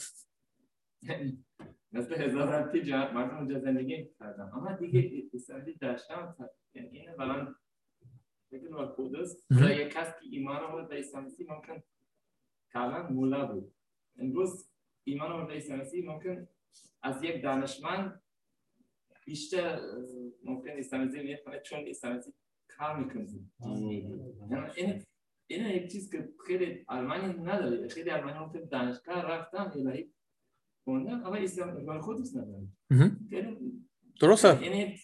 مثل هزار تجارت مردم اونجا زندگی کردم، اما دیگه استعدادی داشتم، یعنی اینه الان فکر کنم قدس برای یک کس که ایمان آورد به عیسی مسیح ممکن کاملا مولا بود. امروز ایمان آورد به عیسی مسیح ممکن از یک دانشمند بیشتر ممکن عیسی مسیح میفهمه، چون عیسی مسیح کار میکنه. یعنی این یک چیز که خیلی آلمانی نداره، خیلی آلمانی ممکن دانشگاه رفتن الهی خوندن، اما ایمان خودش نداره. درسته.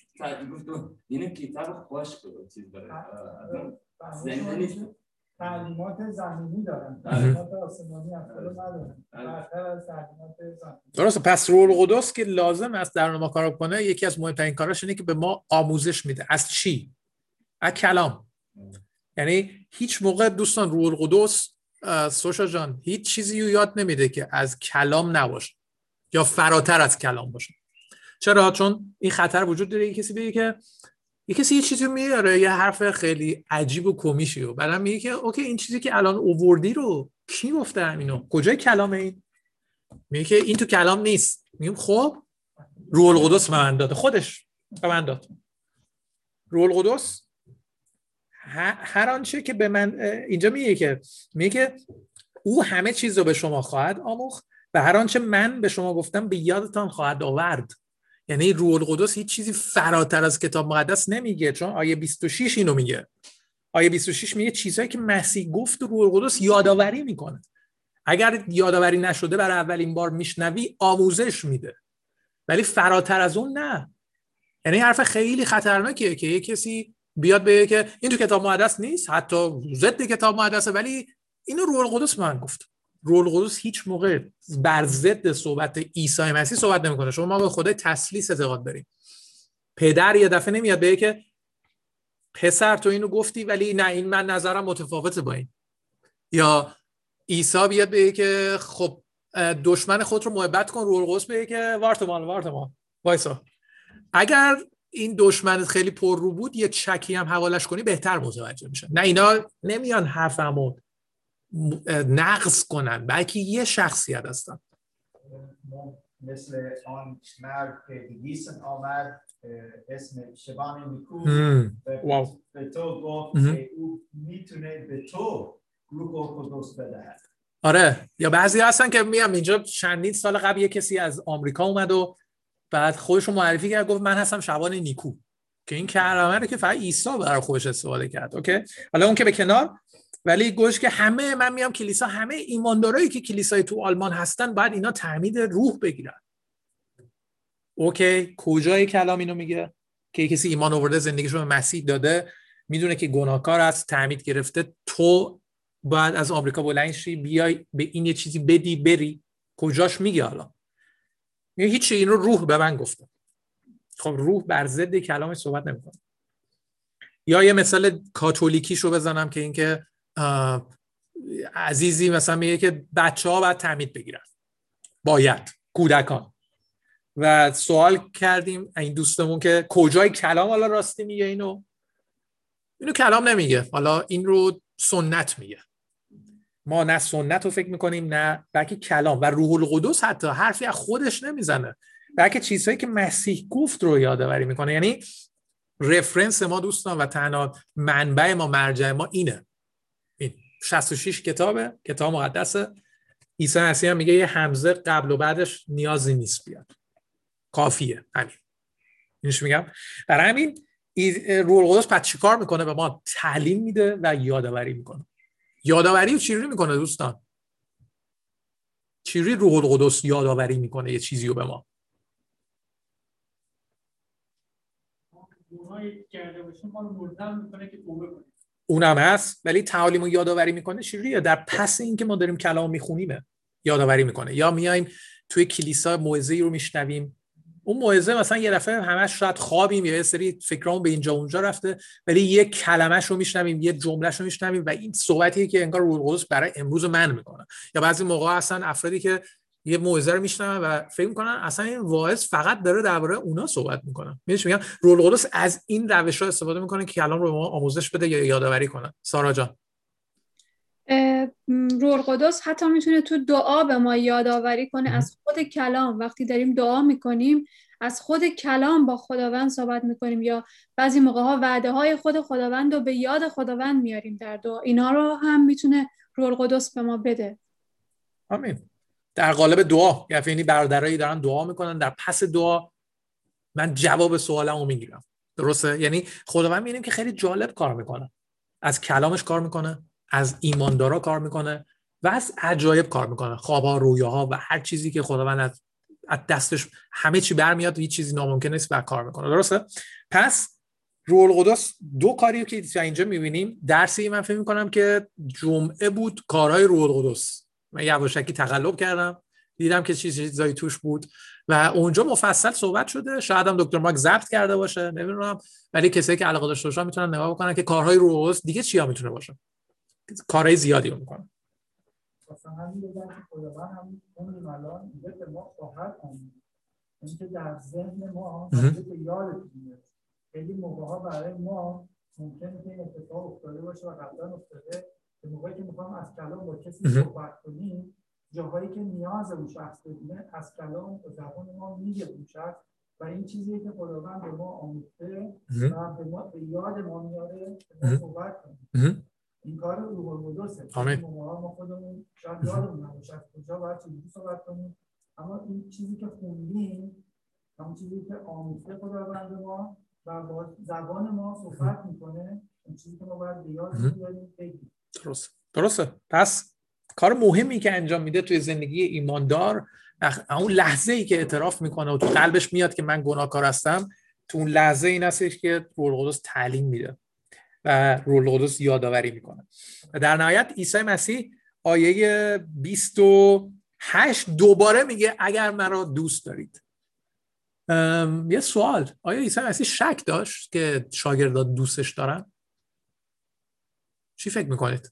یعنی کتاب خوش بود چیز برای زندگی، تعلیمات زمینی دارن، تعلیمات آسمانی اصلا ندارن، برتر از تعلیمات زمینی. درسته. پس روح القدس که لازم است در ما کار کنه، یکی از مهمترین کاراش اینه که به ما آموزش میده. از چی؟ از کلام. یعنی هیچ موقع دوستان روح القدس سوشا جان هیچ چیزی رو یاد نمیده که از کلام نباشه یا فراتر از کلام باشه. چرا؟ چون این خطر وجود داره کسی بگه که یه کسی یه چیزی میاره، یه حرف خیلی عجیب و کمیشی و بعدم میگه که اوکی این چیزی که الان اووردی رو کی گفته همینو؟ کجای کلامه این؟ میگه که این تو کلام نیست. میگم خب روح القدس به من داده، خودش به من داد. روح القدس هر آنچه که به من اینجا میگه که او همه چیز رو به شما خواهد آموخت و هر آنچه من به شما گفتم به یادتان خواهد آورد. یعنی روح القدس هیچ چیزی فراتر از کتاب مقدس نمیگه، چون آیه 26 اینو میگه. آیه 26 میگه چیزایی که مسیح گفت روح القدس یادآوری میکنه. اگر یادآوری نشده برای اولین بار میشنوی آموزش میده، ولی فراتر از اون نه. یعنی حرف خیلی خطرناکیه که یک کسی بیاد بگه که این تو کتاب مقدس نیست، حتی ضد کتاب مقدسه، ولی اینو روح القدس من گفت. روح القدس هیچ موقع بر ضد صحبت عیسی مسیح صحبت نمیکنه. شما ما به خدای تثلیث اعتقاد داریم. پدر یه دفعه نمیاد بگه که پسر تو اینو گفتی ولی نه این من نظرم متفاوته با این، یا عیسی بیاد بگه که خب دشمن خود رو محبت کن، روح القدس بگه که وارتمان وایسا. اگر این دشمنت خیلی پر رو بود یه چکی هم حوالش کنی بهتر متوجه میشن. نه اینا نمیان حرفمو نقض کنن، بلکه یه شخصیت هستن. مثل آن مرد که دیگیسن آمد اسم شبان نیکو به تو گفت که او میتونه به تو روح القدس بدهد. آره، یا بعضی هستن که میام اینجا چندین سال قبل یه کسی از آمریکا اومد و بعد خودشو معرفی کرد، گفت من هستم شبان نیکو، که این کلمه رو که فقط عیسی برای خودش استفاده کرد. اوکی، حالا اون که به کنار، ولی گوش که همه من میام کلیسا، همه ایماندارایی که کلیسای تو آلمان هستن باید اینا تعمید روح بگیرن. اوکی، کجای کلام اینو میگه که کسی ایمان آورده زندگیشو به مسیح داده، میدونه که گناهکار است، تعمید گرفته، تو باید از آمریکا بلند شی بیای به این یه چیزی بدی بری؟ کجاش میگه؟ حالا میگه هیچ، این رو روح به من گفته. خب روح بر ضد کلامش صحبت نمیکنه. یا یه مثال کاتولیکیشو بزنم که اینکه عزیزی مثلا میگه که بچه‌ها باید تعمید بگیرن، باید کودکان، و سوال کردیم این دوستمون که کجای کلام حالا راستی میگه اینو کلام نمیگه. حالا این رو سنت میگه. ما نه سنت رو فکر میکنیم نه بلکه کلام، و روح القدس حتی حرفی از خودش نمیزنه بلکه چیزهایی که مسیح گفت رو یادآوری میکنه. یعنی رفرنس ما دوستان و تنها منبع ما، مرجع ما اینه. این 66 کتاب مقدسه. عیسی مسیح هم میگه یه همزه قبل و بعدش نیازی نیست بیاد، کافیه همین. اینش میگم. برای همین روح القدس پس چیکار میکنه؟ به ما تعلیم میده و یادآوری میکنه. یادآوری رو چجوری میکنه دوستان؟ چجوری روح القدس یادآوری میکنه یه چیزی رو به ما؟ اونم هست، ولی تعالیم رو یادآوری میکنه چجوریه؟ در پس این که ما داریم کلام میخونیم یادآوری میکنه. یا میایم توی کلیسا موعظه‌ای رو میشنویم، اون موعظه مثلا یه دفعه همش شاید خوابیم یا یه سری فکرام به اینجا اونجا رفته، ولی یه کلمه‌ش رو میشنویم، یه جمله‌ش رو میشنویم و این صحبتیه که انگار روح القدس برای امروز من میکنه. یا بعضی موقع اصلا افرادی که یه موعظه رو میشنون و فکر میکنن اصلا این واعظ فقط داره درباره اونا صحبت میکنه. میگم روح القدس از این روش‌ها استفاده میکنه که کلام رو به ما آموزش بده یا یادآوری کنه. سارا جان، روح القدس حتی میتونه تو دعا به ما یادآوری کنه از خود کلام. وقتی داریم دعا میکنیم از خود کلام با خداوند صحبت میکنیم، یا بعضی موقع ها وعده های خود خداوند رو به یاد خداوند میاریم در دعا. اینا رو هم میتونه روح القدس به ما بده. آمین. در قالب دعا، یعنی برادرایی دارن دعا میکنن، در پس دعا من جواب سوالمو میگیرم. درسته؟ یعنی خداوند میبینیم که خیلی جالب کار میکنه. از کلامش کار میکنه، از ایماندارا کار میکنه و از عجایب کار میکنه. خوابها، رویاها و هر چیزی که خداوند از دستش همه چی برمیاد و هیچ چیزی ناممکن نیست و کار میکنه. درسته؟ پس روح القدس دو کاریو که اینجا میبینیم، درسی من فکر میکنم که جمعه بود کارهای روح القدس. من یواشکی تقلب کردم، دیدم که چیزایی توش بود و اونجا مفصل صحبت شده. شاید هم دکتر ماک ضبط کرده باشه، نمیدونم، ولی کسایی که علاقه داشته باشن میتونن نگاه بکنن که کارهای روح القدس دیگه چیا میتونه باشه. کارهای زیادی رو میکنه. مثلا همین بگم که خداوند همین اون الان میگه که ما خواهد آمد، اینکه در ذهن ما به یادتون میاد. خیلی موقع‌ها برای ما ممکنه که این اتفاق افتاده باشه و قبلا افتاده، که موقعی که میخوام از کلام با کسی صحبت کنیم، جاهایی که نیاز اون شخص بدونه از کلام و زبان ما میگه اون شخص و این چیزی که خداوند به ما آموخته و به یاد ما میاره که ما صحبت کنیم. این کار روح القدسه. ما خودمون شاید یادمون نباشه از کجا باید چجوری صحبت کنیم، اما این چیزی که خوندیم، همون چیزی که آموخته خداوند ما و با زبان ما صحبت میکنه، این چیزی که ما باید به یاد بیاریم بگیم. درسته. پس کار مهمی که انجام میده توی زندگی ایماندار، اون لحظه ای که اعتراف میکنه و تو قلبش میاد که من گناهکار هستم، تو اون لحظه این هستش که روح القدس تعلیم میده و روح القدس یادآوری میکنه. و در نهایت عیسی مسیح آیه 28 دوباره میگه اگر مرا دوست دارید. یه سوال، آیا عیسی مسیح شک داشت که شاگردان دوستش دارن؟ چی فکر میکنید؟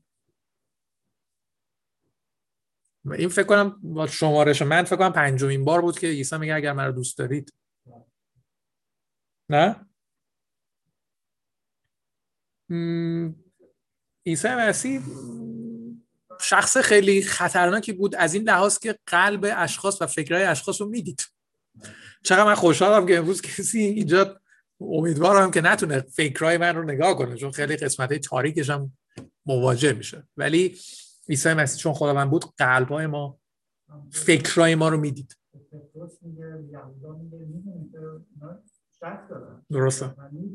این فکر کنم با شمارش من فکر کنم 5مین بار بود که عیسی میگه اگر مرا دوست دارید. نه؟ عیسی مسیح شخص خیلی خطرناکی بود از این لحاظ که قلب اشخاص و فکرهای اشخاص رو میدید. چقدر من خوشحالم که امروز کسی اینجا، امیدوارم که نتونه فکرهای من رو نگاه کنه، چون خیلی قسمتهای تاریکش هم مواجه میشه، ولی عیسی مسیح چون خداوند بود قلبهای ما، فکرهای ما رو میدید. درسته.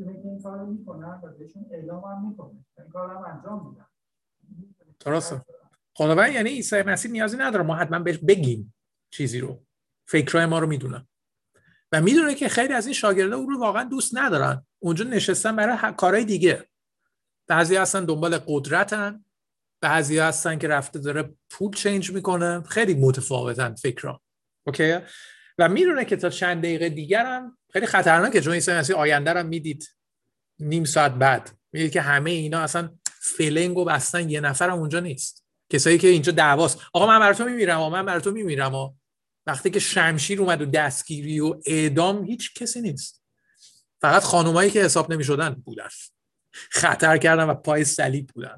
درسته. خداوند یعنی عیسی مسیح نیازی نداره ما حتما بهش بگیم چیزی رو، فکرهای ما رو میدونه و میدونه که خیلی از این شاگردا او رو واقعا دوست ندارن، اونجا نشستن برای کارهای دیگه. بعضی هستن دنبال قدرتن، بعضی هستن که رفته داره پول چنج میکنه، خیلی متفاوتن فکرها. اوکی؟ و میدونه که تا چند دقیقه دیگر هم خیلی خطرناکه، چون عیسی مسیح آینده رو میدید نیم ساعت بعد، میدید که همه اینا اصلا فلنگو بستن، یه نفرم اونجا نیست. کسایی که اینجا دعواست، آقا من برای تو میمیرم، من برای تو میمیرم، وقتی که شمشیر اومد و دستگیری و اعدام هیچ کسی نیست، فقط خانومایی که حساب نمیشدن بودن، خطر کردن و پای صلیب بودن.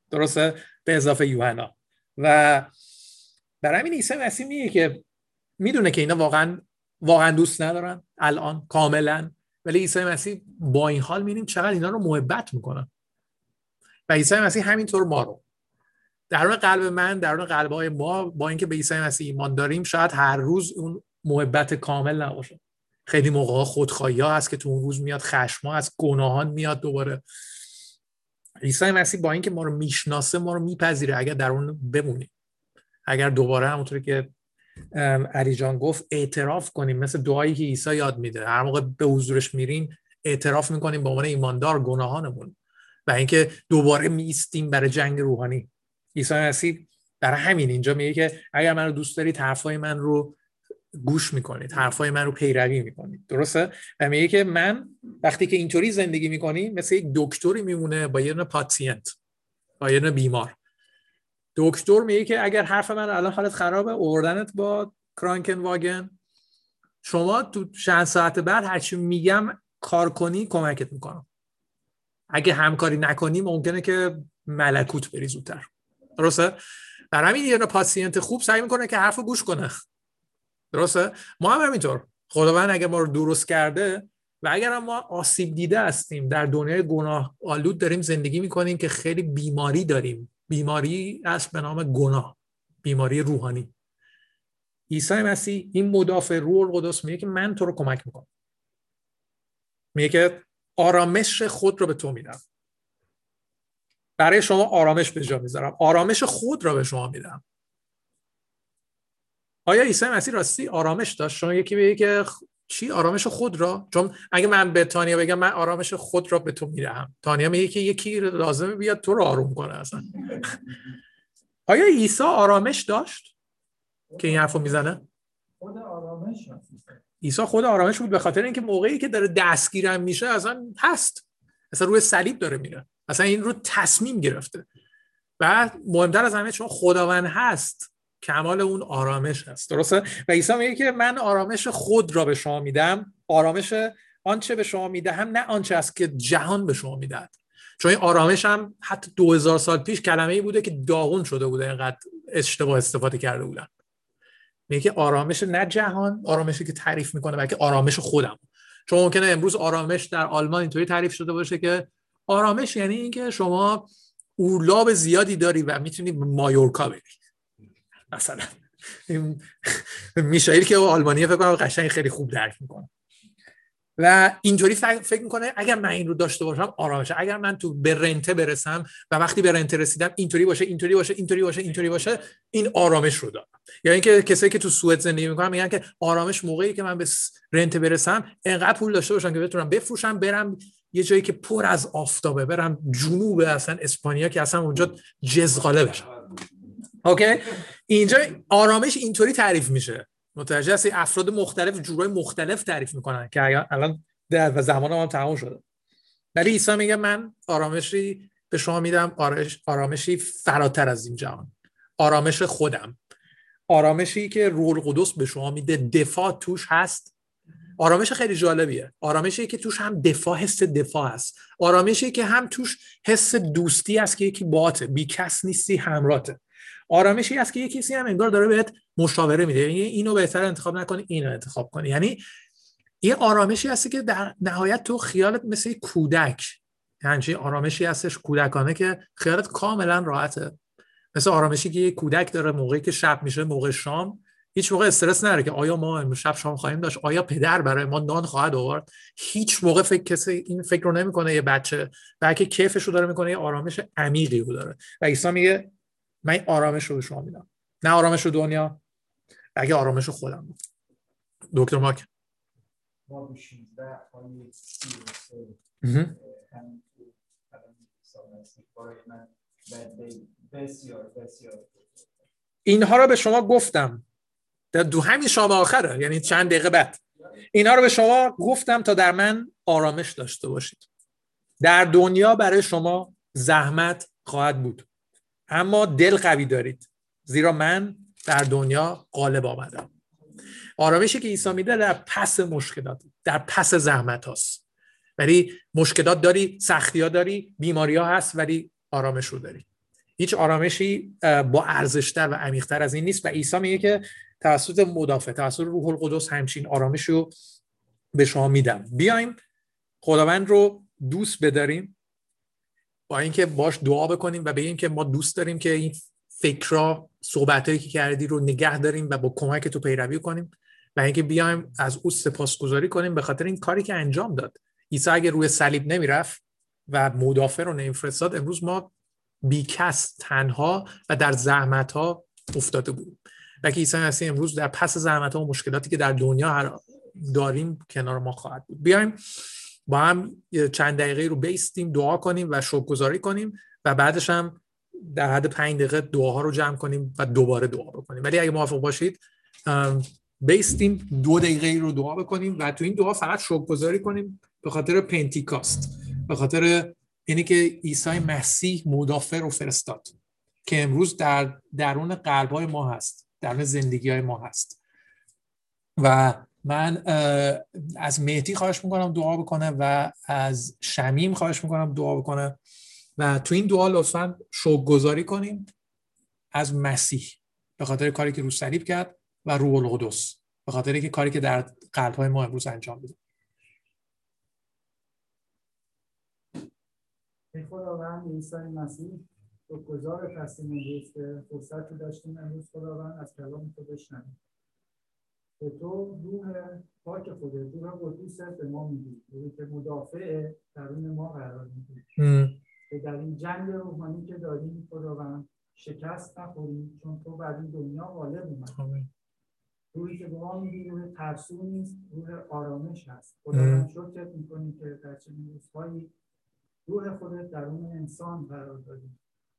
درسته؟ به اضافه یوحنا. و برای همین عیسی مسیح میگه که میدونه که اینا واقعا دوست ندارن الان کاملا، ولی عیسی مسیح با این حال میبینیم چقدر اینا رو محبت میکنن. و عیسی مسیح همینطور ما رو درون قلب من، درون قلب‌های ما، با اینکه به عیسی مسیح ایمان داریم، شاید هر روز اون محبت کامل نباشه. خیلی موقع‌ها خودخواهی‌ها هست که تو اون روز میاد، خشم‌ها هست، گناهان میاد دوباره. عیسی مسیح با اینکه ما رو میشناسه، ما رو میپذیره اگر در اون بمونیم. اگر دوباره همونطوری که علی جان گفت اعتراف کنیم، مثل دعایی که عیسی یاد میده، هر موقع به حضورش میریم اعتراف میکنیم به عنوان ایماندار گناهانمون و اینکه دوباره میستیم برای جنگ روحانی. عیسی مسیح برای همین اینجا میگه که اگر من رو دوست دارید حرفای من رو گوش میکنید، حرفای من رو پیروی میکنید. درسته؟ و میگه که من وقتی که اینطوری زندگی میکنیم مثل یک دکتری میمونه با یه پاتسینت، با یه بیمار. دکتر میگه که اگر حرف من الان حالت خرابه، آوردنت با کرانکن واگن، شما تو چند ساعت بعد هرچی میگم کار کنی کمکت میکنم. اگه همکاری نکنی ممکنه که ملکوت بری زودتر. درسته؟ برای همین یه پاسینت خوب سعی میکنه که حرفو گوش کنه. درسته؟ ما هم همینطور. خداوند اگه ما رو درست کرده و اگر هم ما آسیب دیده هستیم، در دنیای گناه آلود داریم زندگی میکنیم که خیلی بیماری داریم، بیماری است به نام گناه، بیماری روحانی. عیسی مسیح این مدافع روح القدس میگه که من تو رو کمک میکنم. میگه که آرامش خود رو به تو میدم. برای شما آرامش به جا میذارم. آرامش خود رو به شما میدم. آیا عیسی مسیح راستی آرامش داشت؟ شما یکی بگه که چی آرامش خود را؟ چون اگه من به تانیا بگم من آرامش خود را به تو میدم، تانیا میگه که یکی لازمه بیاد تو رو آروم کنه اصلا. آیا عیسی آرامش داشت که این حرفو میزنه؟ خود آرامش عیسی خود آرامش بود، به خاطر اینکه موقعی که داره دستگیرم میشه اصلا هست، اصلا روی صلیب داره میره، اصلا این رو تصمیم گرفته. و مهمتر از همه چون خداوند هست، کمال اون آرامش هست. درسته؟ و عیسی میگه که من آرامش خود را به شما میدم. آرامش آنچه به شما میدهم نه آنچه است که جهان به شما میدهد. چون این آرامش هم حتی 2000 سال پیش کلمه‌ای بوده که داغون شده بوده، اینقدر اشتباه استفاده کرده بودن. میگه که آرامش نه جهان، آرامشی که تعریف میکنه، بلکه آرامش خودم. چون ممکنه امروز آرامش در آلمان اینطوری تعریف شده باشه که آرامش یعنی اینکه شما اورلاب زیادی داری و میتونی به مایورکا بری. مثلا میشایل که آلمانیه فکر کنم قشنگ خیلی خوب درک میکنه و اینطوری فکر میکنه اگر من این رو داشته باشم آرامشه. اگر من تو به رنته برسم و وقتی به رنته رسیدم اینطوری باشه، اینطوری باشه، اینطوری باشه، اینطوری باشه، این آرامش رو دارم. یا اینکه کسایی که تو سوئد زندگی میکنن میگن که آرامش موقعی که من به رنته برسم انقدر پول داشته باشم که بتونم بفروشم برم یه جایی که پر از آفتابه، برم جنوب اصلا اسپانیا که اصلا اونجا جزغاله بشم. اوکی؟ اینجا آرامش اینطوری تعریف میشه. متوجه هستی؟ افراد مختلف جورای مختلف تعریف میکنن که الان در زمان ما تمام شده. ولی عیسی میگه من آرامشی به شما میدم، آرامشی فراتر از این جهان. آرامش خودم. آرامشی که روح القدس به شما میده، دفاع توش هست. آرامش خیلی جالبیه. آرامشی که توش هم حس دفاع هست. آرامشی که هم توش حس دوستی هست که یکی باته، بی کس نیستی، همراهته. آرامشی هست که یکی کسی هم انگار داره بهت مشاوره میده، یعنی اینو بهتر انتخاب نکنی، اینو انتخاب کنی. یعنی یه آرامشی هستی که در نهایت تو خیالت مثل کودک، یعنی آرامشی هستش کودکانه که خیالت کاملا راحته. مثل آرامشی که یه کودک داره موقعی که شب میشه، موقع شام، هیچ موقع استرس نداره که آیا ما امروز شب شام خواهیم داشت، آیا پدر برای ما نان خواهد آورد. هیچ موقع کسی این فکر رو نمیکنه یه بچه، بلکه کیفش رو داره میکنه، یه آرامش عمیقی رو داره. و عیسی میگه من این آرامش رو به شما میدم، نه آرامش رو دنیا، بلکه آرامش رو خودم. دکتر ماک باب 16 آیه 33 بسیار اینها رو به شما گفتم در همین شام آخره، یعنی چند دقیقه بعد اینها رو به شما گفتم تا در من آرامش داشته باشید. در دنیا برای شما زحمت خواهد بود، اما دل قوی دارید زیرا من در دنیا غالب آمدم. آرامشی که عیسی میده در پس مشکلات، در پس زحمت هاست. ولی مشکلات داری، سختی ها داری، بیماری ها هست، ولی آرامش رو داری. هیچ آرامشی با ارزش‌تر و عمیق‌تر از این نیست. و عیسی میگه که توسط مدافع، توسط روح القدس همچین آرامشی رو به شما میدم. بیایم خداوند رو دوست بداریم، با اینکه باش دعا بکنیم و بگیم که ما دوست داریم که این فکرها، صحبتایی که کردی رو نگه داریم و با کمک تو پیروی کنیم، و اینکه بیایم از او سپاسگزاری کنیم به خاطر این کاری که انجام داد. عیسی اگه روی صلیب نمیرفت و مدافع رو نمیفرستاد، امروز ما بیکس، تنها و در زحمت‌ها افتاده بودیم. و که عیسی مسیح امروز در پس زحمت‌ها و مشکلاتی که در دنیا داریم کنار ما خواهد بود. بیایم با هم چند دقیقه رو بیستیم، دعا کنیم و شکرگزاری کنیم و بعدش هم در حد 5 دقیقه دعاها رو جمع کنیم و دوباره دعا بکنیم. ولی اگه موافق باشید بیستیم 2 دقیقه رو دعا بکنیم و تو این دعا فقط شکرگزاری کنیم به خاطر پنتیکاست، به خاطر اینی که عیسی مسیح مدافع رو فرستاد که امروز در درون قلب‌های ما هست، درون زندگی‌های ما هست. و من از مهدی خواهش میکنم دعا بکنه و از شمیم خواهش میکنم دعا بکنه و تو این دعا لطفاً شکرگزاری کنیم از مسیح به خاطر کاری که رو صلیب کرد و روح القدس به خاطر اینکه کاری که در قلب‌های ما امروز انجام میده. ای خداوند عیسی مسیح، شکرگزار هستیم امروز که فرصتی داشتیم امروز خداوند از کلام تو بشنویم. به تو روح پاک خودت، روح قدوست به ما میدی، روحی که مدافع درون ما قرار میدی که در این جنگ روحانی که داریم خداوند شکست نخوریم، چون تو بر این دنیا غالب اومدی. روحی که به ما میدی روح ترسو نیست، روح آرامش هست. خداوند شکرت میکنیم که در چنین روزهایی روح خودت درون انسان قرار دادی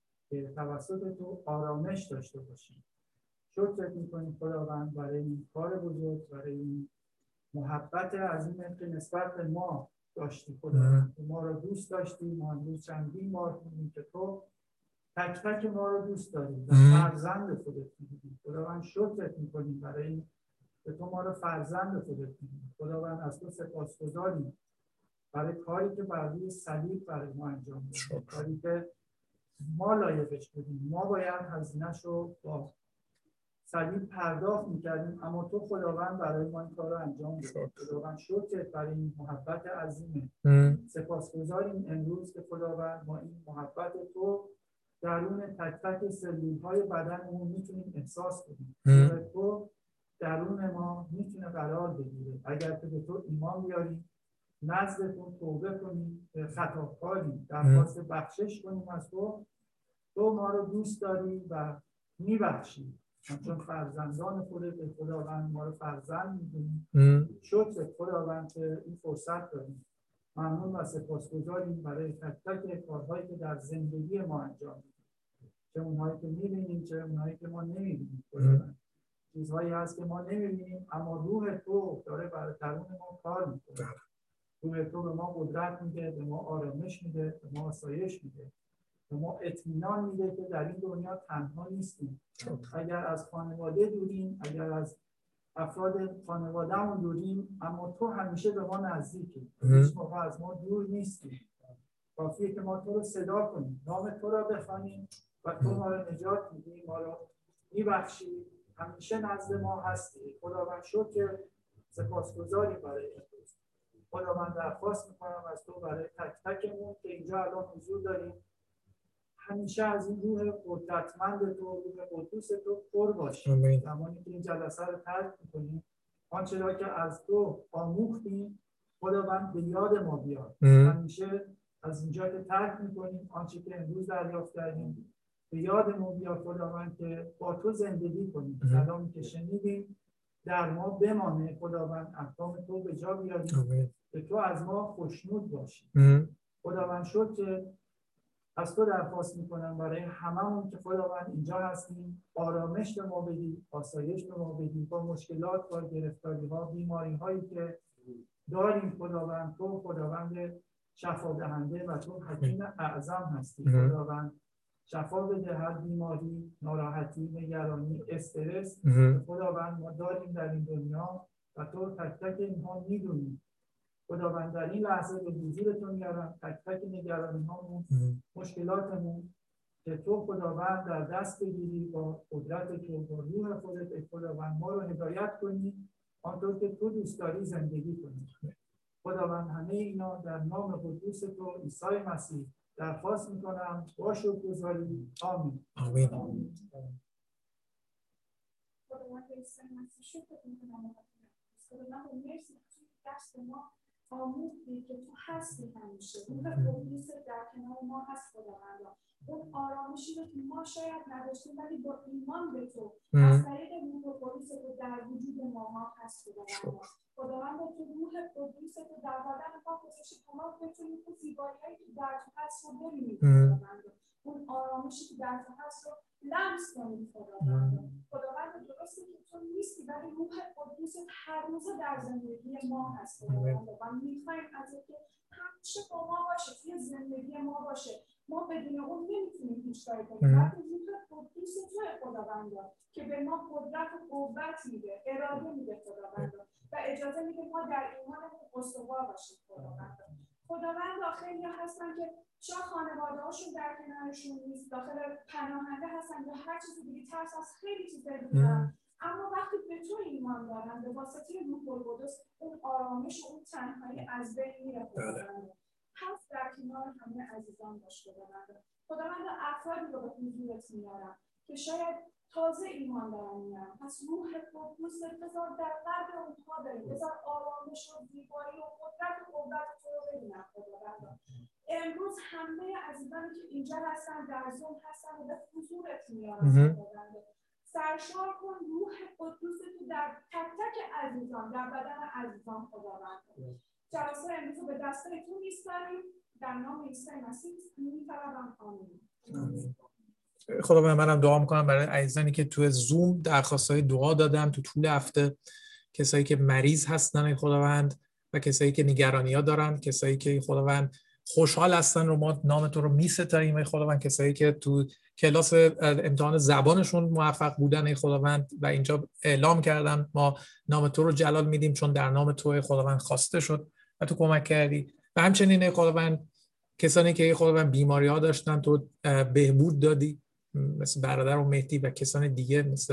که توسط تو آرامش داشته باشیم. شکرت میکنیم خداوند برای این کار بزرگ، برای این محبت عظیم که نسبت به ما داشتی خداوند. ما رو دوست داشتی. ما امروز چندین بار میگیم که تو تک تک ما رو دوست داری و فرزند خودت میدونی. خداوند شکرت میکنیم برای این که تو ما رو فرزند خودت میدونی. خداوند از تو سپاسگزاریم برای کاری که بر روی صلیب برای ما انجام دادی، کاری که ما لایقش بودیم. ما باید هزینه‌اش رو با صلیب پرداخت میکردیم، اما تو خداوند برای ما این کار رو انجام دادی. خداوند شکرت برای این محبت عظیمه. سپاسگزاریم امروز که خداوند ما این محبت تو درون تک تک سلول‌های بدنمون میتونیم احساس کنیم. تو درون ما میتونه قرار بگیره اگر که به تو ایمان بیاریم، نزد تو توبه کنیم، خطاکاریم، درخواست بخشش کنیم از تو. تو ما رو دوست داری و میبخشی، چون فرزندان خودت خداوند ما رو فرزند میدونی. شکر خداوند که این فرصت داریم. ممنون و سپاسگزاریم برای تک تک کارهایی که در زندگی ما انجام میدیم، چه اونهایی که میبینیم چه اونهایی که ما نمیبینیم. خداوند چیزهایی هست که ما نمیبینیم اما روح تو داره برای درون ما کار میکنه. روح تو به ما قدرت میده، به ما آرامش میده، به ما آسایش میده، به ما اطمینان میده که در این دنیا تنها نیستیم. اگر از خانواده دوریم، اگر از افراد خانوادهمون دوریم، اما تو همیشه به ما نزدیکی. هیچ موقع از ما دور نیستی. کافیه که ما تو رو صدا کنیم، نام تو رو بخوانیم و تو ما رو نجات میدی، ما رو میبخشی، همیشه نزد ما هستی. خداوند شکر، سپاسگزاریم برای این روز. خداوند درخواست میکنم از تو برای تک تکمون که اینجا الان حضور داریم، همیشه از این روح قدرتمند تو، روح قدوس تو پر باشیم. زمانی که این جلسه رو ترک میکنیم، آنچه را که از تو آموختیم خداوند به یاد ما بیاد. همیشه از اینجا که ترک میکنیم، آنچه که امروز دریافت کردیم به یاد ما بیاد خداوند، که با تو زندگی کنیم. کلامی که شنیدیم در ما بمانه خداوند، احکام تو به جا بیاریم، که تو از ما خوشنود باشی. خداوند شکر از تو درخواست میکنم برای هممون که خداوند اینجا هستیم، آرامش به ما بدی، آسایش به ما بدی با مشکلات، با گرفتاری ها، بیماری هایی که داریم. خداوند تو خداوند شفا دهنده و تو حکیم اعظم هستی. خداوند شفا بده هر بیماری، ناراحتی، نگرانی، استرس خداوند ما داریم در این دنیا و تو تک تک اینها میدونی. خداوند در این لحظه به حضور تو میارم تک تک نگرانی هامون، مشکلاتمون، که تو خداوند در دست بگیری با قدرت تو، با روح خودت ای خداوند ما رو هدایت کنی آنطور که تو دوست داری زندگی کنی. خداوند همه اینا در نام قدوس تو عیسی مسیح درخواست میکنم با شکرگزاری. آمین. آمین. خداوند عیسی مسیح شکر میکنم. خداوند مرسی که دست ما آموزی که تو هستی همیشه. روح قدوس در کنار ما هست خداوند. اون آرامشی رو که ما شاید نداشتیم ولی با ایمان به تو از طریق روح قدوس تو در وجود ما هست خداوند. خداوند تو روح قدوس تو در بدن ما گذاشتی تا ما بتونیم اون زیبایی‌هایی که در تو هست رو ببینیم خداوند. اون آرامشی که در تو هست رو لمس کنیم خداوند. خداوند درسته که تو نیستی ولی روح قدوس هر روز در زندگی ما هست خداوند. و می‌خوایم از اینکه همیشه با ما باشه، توی زندگی ما باشه. ما بدون اون نمیتونیم هیچ کاری کنیم. وقتی روح قدوس توی خداوند که به ما قدرت و قوت میده، اراده میده خداوند و اجازه میده ما در ایمانمون استوار باشیم خداوند. خداوند خیلی هستن که شاید خانواده‌هاشون در کنارشون نیست، داخل پناهنده هستن یا هر چیزی دیگه، ترس از خیلی چیزا دارن، اما وقتی به تو ایمان دارن به واسطه روح القدس اون آرامش و اون تنهایی از بین میره خداوند. پس در کنار همه عزیزان باش خداوند. خداوند افرادی رو به حضورت میارم که شاید تازه ایمان دارن میارن. پس روح قدوس بذار در قلب اونها داری، بذار آرامش و زیبایی و قدرت و قوت تو رو ببینن خداوند. امروز همه عزیزانی که اینجا هستن در زوم هستن و به حضورت میارن خداوند. سرشار کن روح قدوس تو در تک تک عزیزان، در بدن عزیزان خداوند. جلسه امروز رو به دست تو میسپاریم در نام عیسی مسیح می‌طلبم. آمین. خداوند منم دعا میکنم برای عزیزانی که تو زوم درخواستای دعا دادن تو طول هفته، کسایی که مریض هستن خداوند و کسایی که نگرانی‌ها دارن، کسایی که خداوند خوشحال هستن رو ما نام تو رو میستاییم ای خداوند، کسایی که تو کلاس امتحان زبانشون موفق بودن ای خداوند و اینجا اعلام کردن ما نام تو رو جلال میدیم چون در نام تو ای خداوند خواسته شد و تو کمک کردی. و همچنین ای خداوند کسانی که ای خداوند بیماری‌ها داشتن تو بهبود دادی، مثل برادر و مهدی و کسان دیگه مثل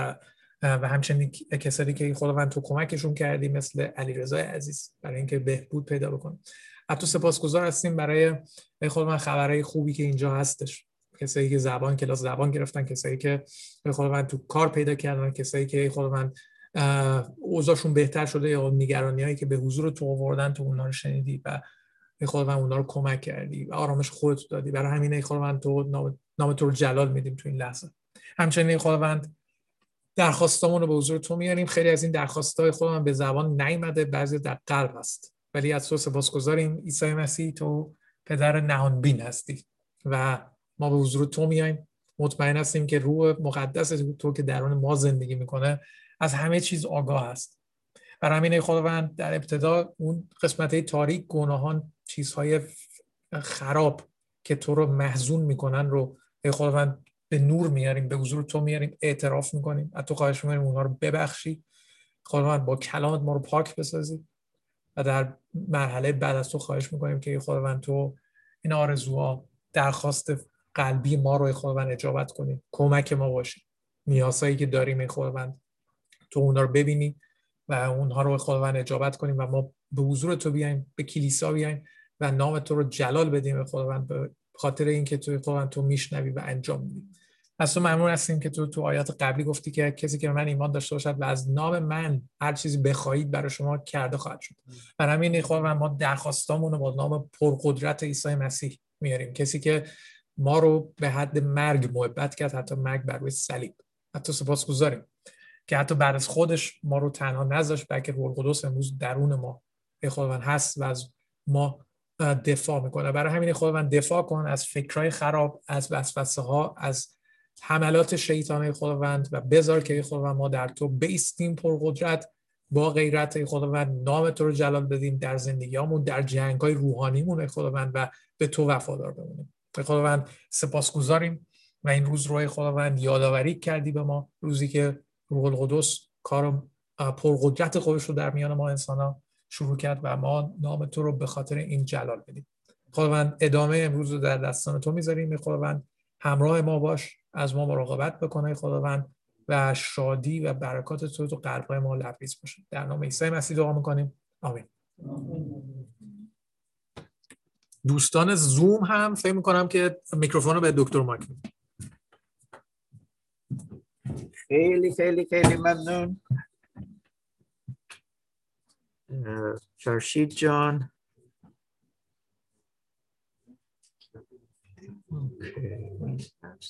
و همچنین کسانی که خداوند تو کمکشون کردی مثل علیرضا عزیز برای اینکه بهبود پیدا بکنه. حتی سپاسگزار هستیم برای خداوند خبرهای خوبی که اینجا هستش، کسایی که کلاس زبان گرفتن، کسایی که خداوند تو کار پیدا کردن، کسایی که خداوند اوضاعشون بهتر شده یا نگرانیایی که به حضور تو آوردن تو اونها رو شنیدی و خداوند اونها رو کمک کردی و آرامش خودت دادی. برای همین خداوند تو نام تو رو جلال میدیم تو این لحظه. همچنین خداوند درخواستامون رو به حضور تو میاریم. خیلی از این درخواستای خداوند به زبان نیامده، بعضی در قلب هست، ولی از تو سپاسگزاریم عیسی مسیح، تو پدر نهانبین هستی و ما به حضور تو میایم. مطمئن هستیم که روح مقدس تو که درون ما زندگی میکنه از همه چیز آگاه است. برای همین خداوند در ابتدا اون قسمت‌های تاریک، گناهان، چیزهای خراب که تو رو محزون میکنن رو خداوند به نور میاریم، به حضور تو میاریم، اعتراف میکنیم، از تو خواهش میکنیم اونها رو ببخشی خداوند، با کلامت ما رو پاک بسازی و در مرحله بعد از تو خواهش میکنیم که خداوند تو این آرزوها، درخواست قلبی ما رو خداوند اجابت کنی، کمک ما باشی، نیازهایی که داریم خداوند تو اونها رو ببینی و اونها رو خداوند اجابت کنیم و ما به حضور تو بیایم، به کلیسا بیایم و نام تو رو جلال بدیم خداوند، به خاطر اینکه تو خداوند تو میشنوی و انجام میدی. از تو ممنون هستیم که تو آیات قبلی گفتی که کسی که من ایمان داشته باشد و از نام من هر چیزی بخواهید برای شما کرده خواهد شد. برای همین خداوند ما درخواستامون رو با نام پرقدرت عیسی مسیح میاریم، کسی که ما رو به حد مرگ محبت کرد، حتی مرگ بر روی صلیب. حتی سپاسگزاریم که حتی بعد از خودش ما رو تنها نذاشت، بلکه روح القدس امروز درون ما خداوند هست و از ما دفاع میکنه. برای همین خداوند دفاع کن از فکرهای خراب، از وسوسه ها، از حملات شیطان خداوند و بذار که خداوند ما در تو بایستیم پرقدرت، با غیرت خداوند نام تو رو جلال بدیم در زندگیامون، در جنگ‌های روحانیمون خداوند و به تو وفادار بمونیم. خداوند سپاسگزاریم و این روز رو خداوند یادآوری کردی به ما، روزی که روح القدس کار پرقدرت خودش رو در میان ما انسان‌ها شروع کرد و ما نام تو رو به خاطر این جلال بدیم. خداوند ادامه امروز رو در دستان تو میذاریم خداوند، همراه ما باش، از ما مراقبت بکنه خداوند و شادی و برکات تو قلب‌های ما لبریز باشه. در نام عیسی مسیح دعا می‌کنیم. آمین. دوستان زوم هم فکر می‌کنم که میکروفون رو به دکتر مایک میدم. خیلی خیلی خیلی ممنون فرشید جان. Okay.